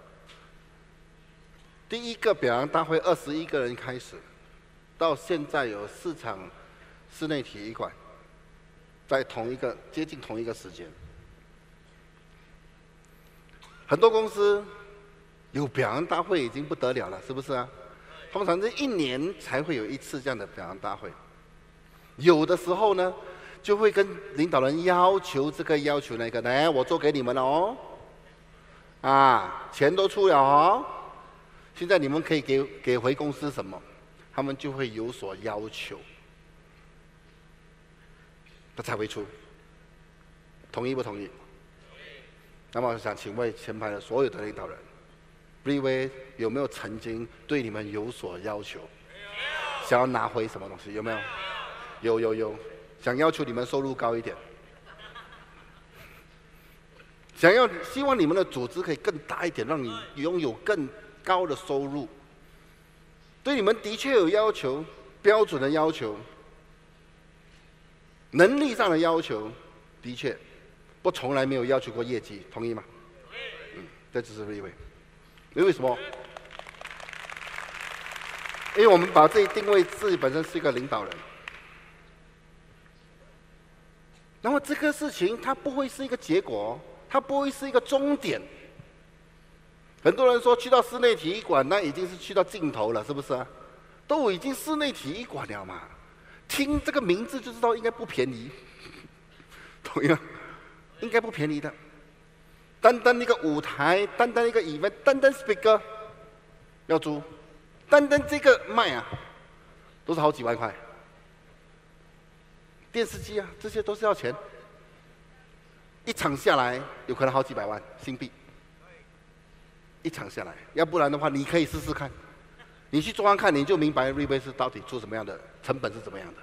第一个表扬大会二十一个人开始，到现在有四场室内体育馆，在同一个接近同一个时间，很多公司。有表扬大会已经不得了了，是不是啊？通常是一年才会有一次这样的表扬大会。有的时候呢，就会跟领导人要求这个要求那个，来，我做给你们了哦，啊，钱都出了哦，现在你们可以给给回公司什么？他们就会有所要求，他才会出。同意不同意？那么我想请问前排的所有的领导人。Reway 有没有曾经对你们有所要求？想要拿回什么东西？有没有？有有有，想要求你们收入高一点，想要希望你们的组织可以更大一点，让你拥有更高的收入。对你们的确有要求，标准的要求，能力上的要求，的确，不从来没有要求过业绩，同意吗？嗯，这就是 Reway。因为什么？因为我们把自己定位自己本身是一个领导人，那么这个事情它不会是一个结果，它不会是一个终点。很多人说去到室内体育馆，那已经是去到尽头了，是不是啊？都已经室内体育馆了嘛，听这个名字就知道应该不便宜，同样应该不便宜的。单单一个舞台，单单一个 event， 单单 speaker 要租，单单这个卖啊，都是好几万块。电视机啊，这些都是要钱，一场下来有可能好几百万新币。 一场下来，要不然的话，你可以试试看，你去做看看，你就明白瑞威是到底出什么样的成本是怎么样的。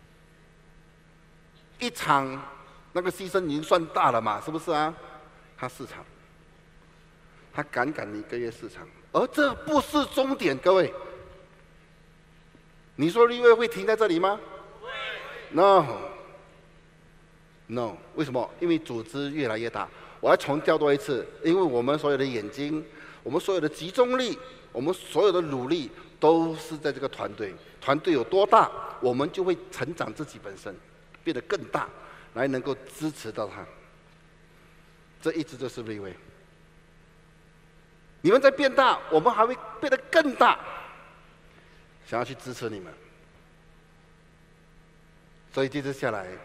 一场那个牺牲已经算大了嘛，是不是啊？他四场，他赶赶你一个月四场，而这不是终点，各位。你说瑞威会停在这里吗？会。No。No， 为什么？因为组织越来越大。我要重调多一次，因为我们所有的眼睛，我们所有的集中力，我们所有的努力，都是在这个团队。团队有多大，我们就会成长自己本身，变得更大，来能够支持到他。这一直就是瑞威。你们在变大，我们还会变得更大，想要去支持你们。所以接着下来。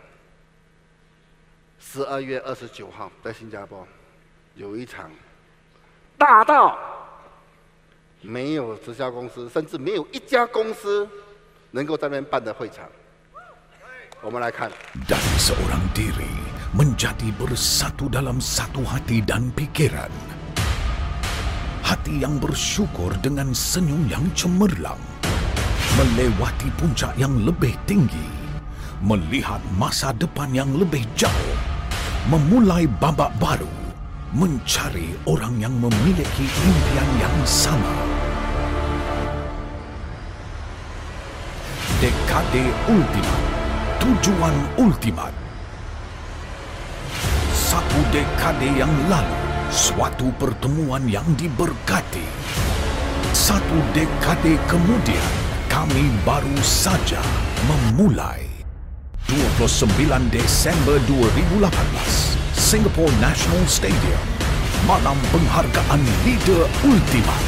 十二月二十九号在新加坡有一场大到没有直销公司，甚至没有一家公司能够在那边办的会场。我们来看。 Dari seorang diri menjadi bersatu dalam satu hati dan pikiran. Hati yang bersyukur dengan senyum yang cemerlang. Melewati puncak yang lebih tinggi. Melihat masa depan yang lebih jauh. Memulai babak baru, mencari orang yang memiliki impian yang sama. Dekade Ultimat, tujuan ultimat. Satu dekade yang lalu, suatu pertemuan yang diberkati. Satu dekade kemudian, kami baru saja memulai. dua puluh sembilan Desember dua ribu lapan belas, Singapore National Stadium, Malam Penghargaan Leader Ultimat.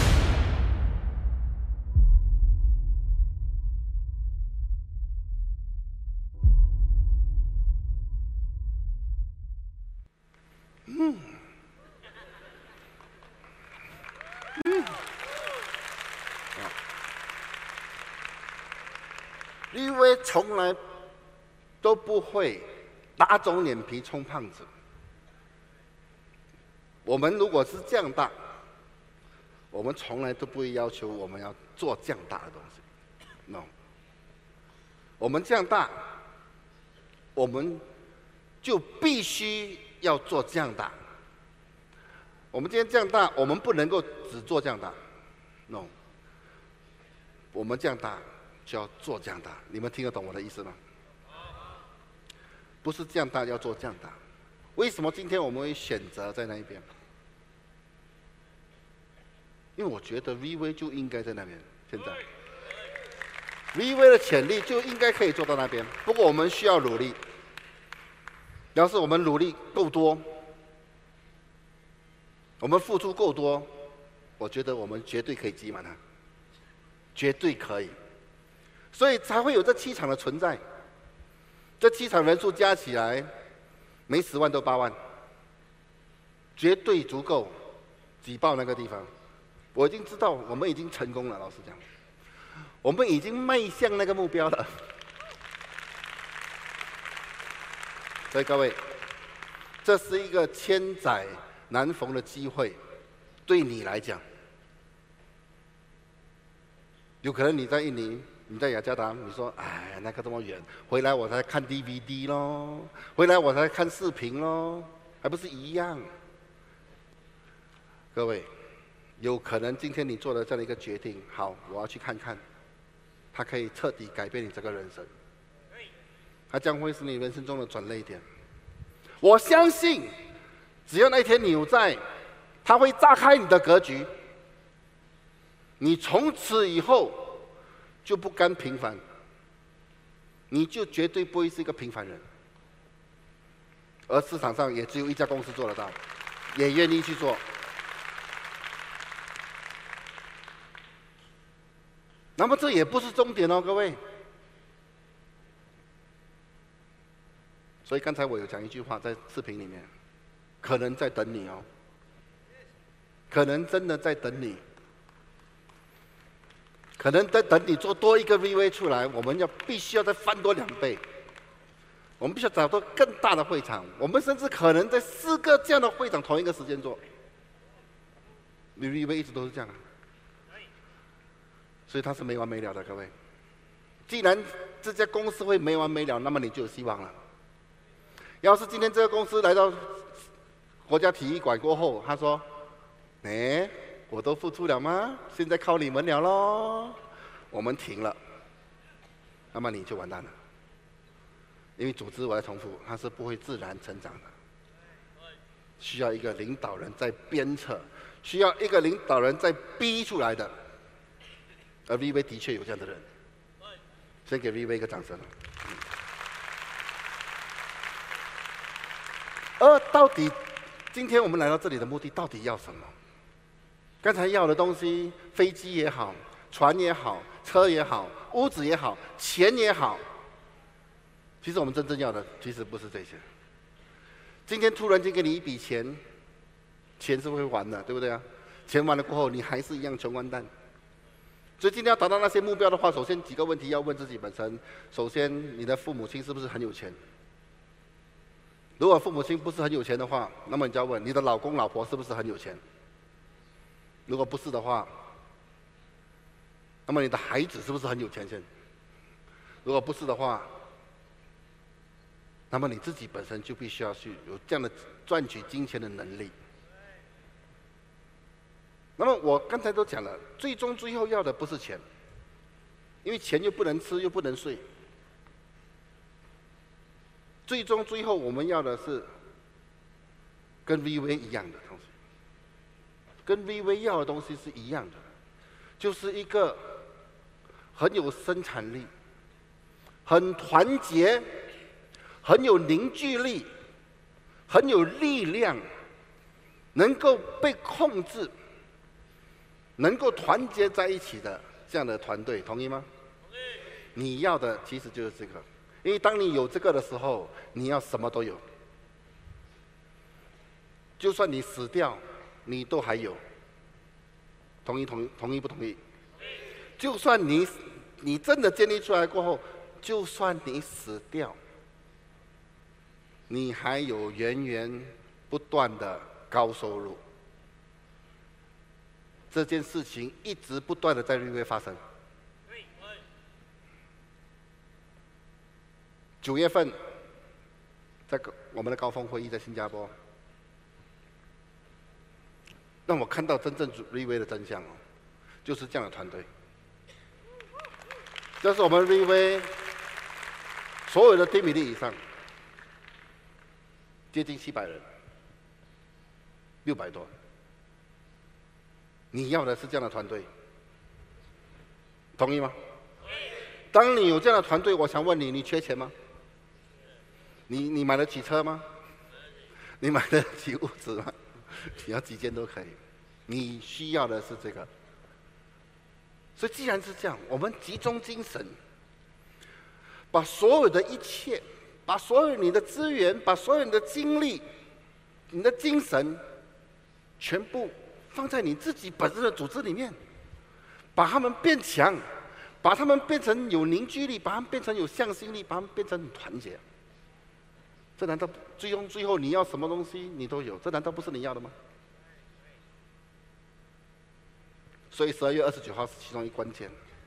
Hmm. Hmm. 因为从来都不会打肿脸皮充胖子。我们如果是这样大，我们从来都不会要求我们要做这样大的东西。No， 我们这样大，我们就必须要做这样大。我们今天这样大，我们不能够只做这样大。No， 我们这样大就要做这样大。你们听得懂我的意思吗？不是这样大，要做这样大。为什么今天我们会选择在那一边？因为我觉得 V V 就应该在那边。现在 V V 的潜力就应该可以做到那边，不过我们需要努力。要是我们努力够多，我们付出够多，我觉得我们绝对可以挤满它，绝对可以。所以才会有这七场的存在。这七场人数加起来，没十万都八万，绝对足够挤爆那个地方。我已经知道，我们已经成功了。老实讲，我们已经迈向那个目标了。所以各位，这是一个千载难逢的机会，对你来讲，有可能你在印尼。你在雅加达，你说哎，那个这么远，回来我才看 D V D 咯，回来我才看视频咯，还不是一样？各位，有可能今天你做了这样的一个决定，好，我要去看看，它可以彻底改变你这个人生，它将会是你人生中的转捩点。我相信，只要那一天你有在，它会炸开你的格局，你从此以后就不甘平凡，你就绝对不会是一个平凡人。而市场上也只有一家公司做得到，也愿意去做。那么这也不是终点哦，各位。所以刚才我有讲一句话在视频里面，可能在等你哦，可能真的在等你。可能在等你做多一个 V V 出来，我们要必须要再翻多两倍，我们必须要找到更大的会场，我们甚至可能在四个这样的会场同一个时间做。 你 V V 一直都是这样啊，所以它是没完没了的，各位。既然这家公司会没完没了，那么你就有希望了。要是今天这个公司来到国家体育馆过后，他说：“哎，我都付出了吗？现在靠你们了咯，我们停了。”那么你就完蛋了，因为组织我来重复，它是不会自然成长的，需要一个领导人在鞭策，需要一个领导人在逼出来的。而 V V 的确有这样的人，先给 V V 一个掌声。而到底今天我们来到这里的目的到底要什么？刚才要的东西，飞机也好，船也好，车也好，屋子也好，钱也好，其实我们真正要的其实不是这些。今天突然间给你一笔钱，钱是会还的，对不对啊？钱完了过后，你还是一样穷完蛋。所以今天要达到那些目标的话，首先几个问题要问自己本身。首先，你的父母亲是不是很有钱？如果父母亲不是很有钱的话，那么你就要问你的老公老婆是不是很有钱？如果不是的话，那么你的孩子是不是很有钱先？如果不是的话，那么你自己本身就必须要去有这样的赚取金钱的能力。那么我刚才都讲了，最终最后要的不是钱，因为钱又不能吃又不能睡。最终最后我们要的是跟 V V 一样的东西，跟 V V 要的东西是一样的，就是一个很有生产力、很团结、很有凝聚力、很有力量，能够被控制、能够团结在一起的这样的团队，同意吗？同意。你要的其实就是这个。因为当你有这个的时候，你要什么都有。就算你死掉，你都还有。同意同意同意不同意？就算你你真的建立出来过后，就算你死掉，你还有源源不断的高收入。这件事情一直不断的在瑞威发生。九月份，在我们的高峰会议在新加坡，让我看到真正瑞威的真相哦，就是这样的团队。这是我们瑞威所有的低比例以上，接近七百人，六百多。你要的是这样的团队，同意吗？当你有这样的团队，我想问你，你缺钱吗？你你买得起车吗？你买得起屋子吗？你要几间都可以。你需要的是这个。所以既然是这样，我们集中精神，把所有的一切，把所有你的资源，把所有你的精力、你的精神，全部放在你自己本身的组织里面，把他们变强，把他们变成有凝聚力，把他们变成有向心力，把他们变成很团结。这难道最终最后你要什么东西你都有？这难道不是你要的吗？所以十二月二十九号是其中一关键。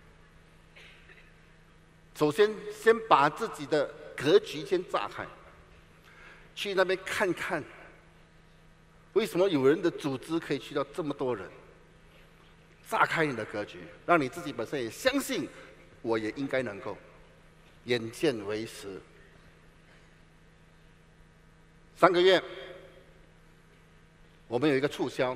首先，先把自己的格局先炸开，去那边看看，为什么有人的组织可以去到这么多人？炸开你的格局，让你自己本身也相信，我也应该能够。眼见为实。三个月，我们有一个促销，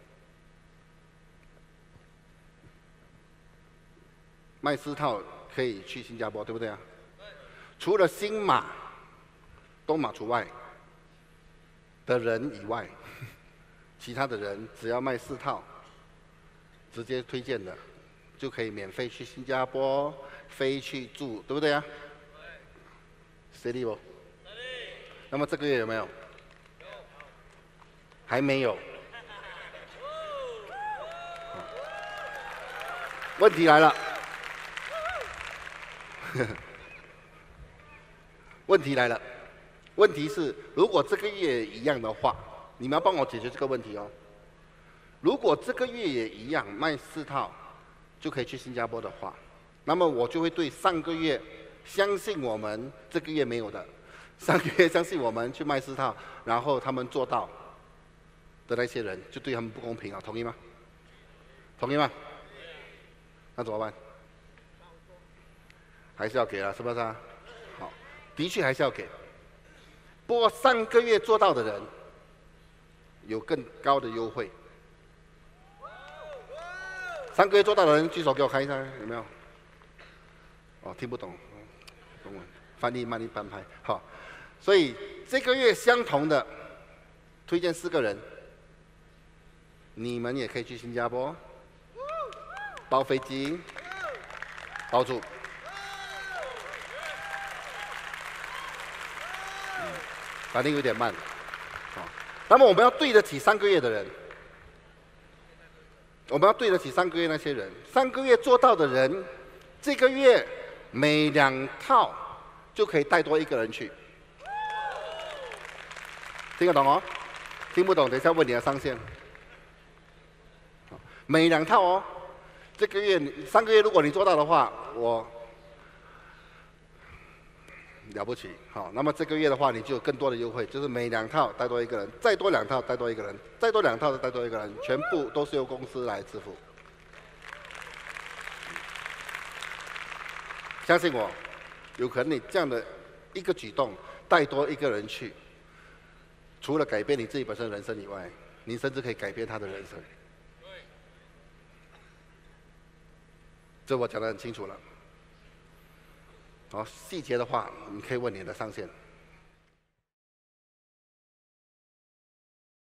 卖四套可以去新加坡，对不对啊？除了新马、东马除外的人以外，其他的人只要卖四套，直接推荐的，就可以免费去新加坡飞去住，对不对啊？谁理我？那么这个月有没有？还没有。问题来了，问题来了，问题是，如果这个月一样的话，你们要帮我解决这个问题哦。 如果这个月也一样卖四套，就可以去新加坡的话，那么我就会对上个月相信我们这个月没有的，上个月相信我们去卖四套，然后他们做到的那些人，就对他们不公平啊，同意吗？同意吗？那怎么办？还是要给了，是不是啊？好，的确还是要给。不过上个月做到的人有更高的优惠。上个月做到的人举手给我看一下，有没有？哦，听不懂中文，翻译慢一半拍。好，所以这个月相同的，推荐四个人，你们也可以去新加坡，包飞机，包住。反应有点慢，好，那么我们要对得起三个月的人，我们要对得起三个月那些人，三个月做到的人，这个月每两套就可以带多一个人去，听得懂哦？听不懂，等一下问你的上限。每两套哦，这个月三个月如果你做到的话，我。了不起，好，那么这个月的话，你就有更多的优惠，就是每两套带多一个人，再多两套带多一个人，再多两套带多一个人，全部都是由公司来支付。相信我，有可能你这样的一个举动带多一个人去，除了改变你自己本身的人生以外，你甚至可以改变他的人生。这我讲得很清楚了。好，细节的话，你可以问你的上线。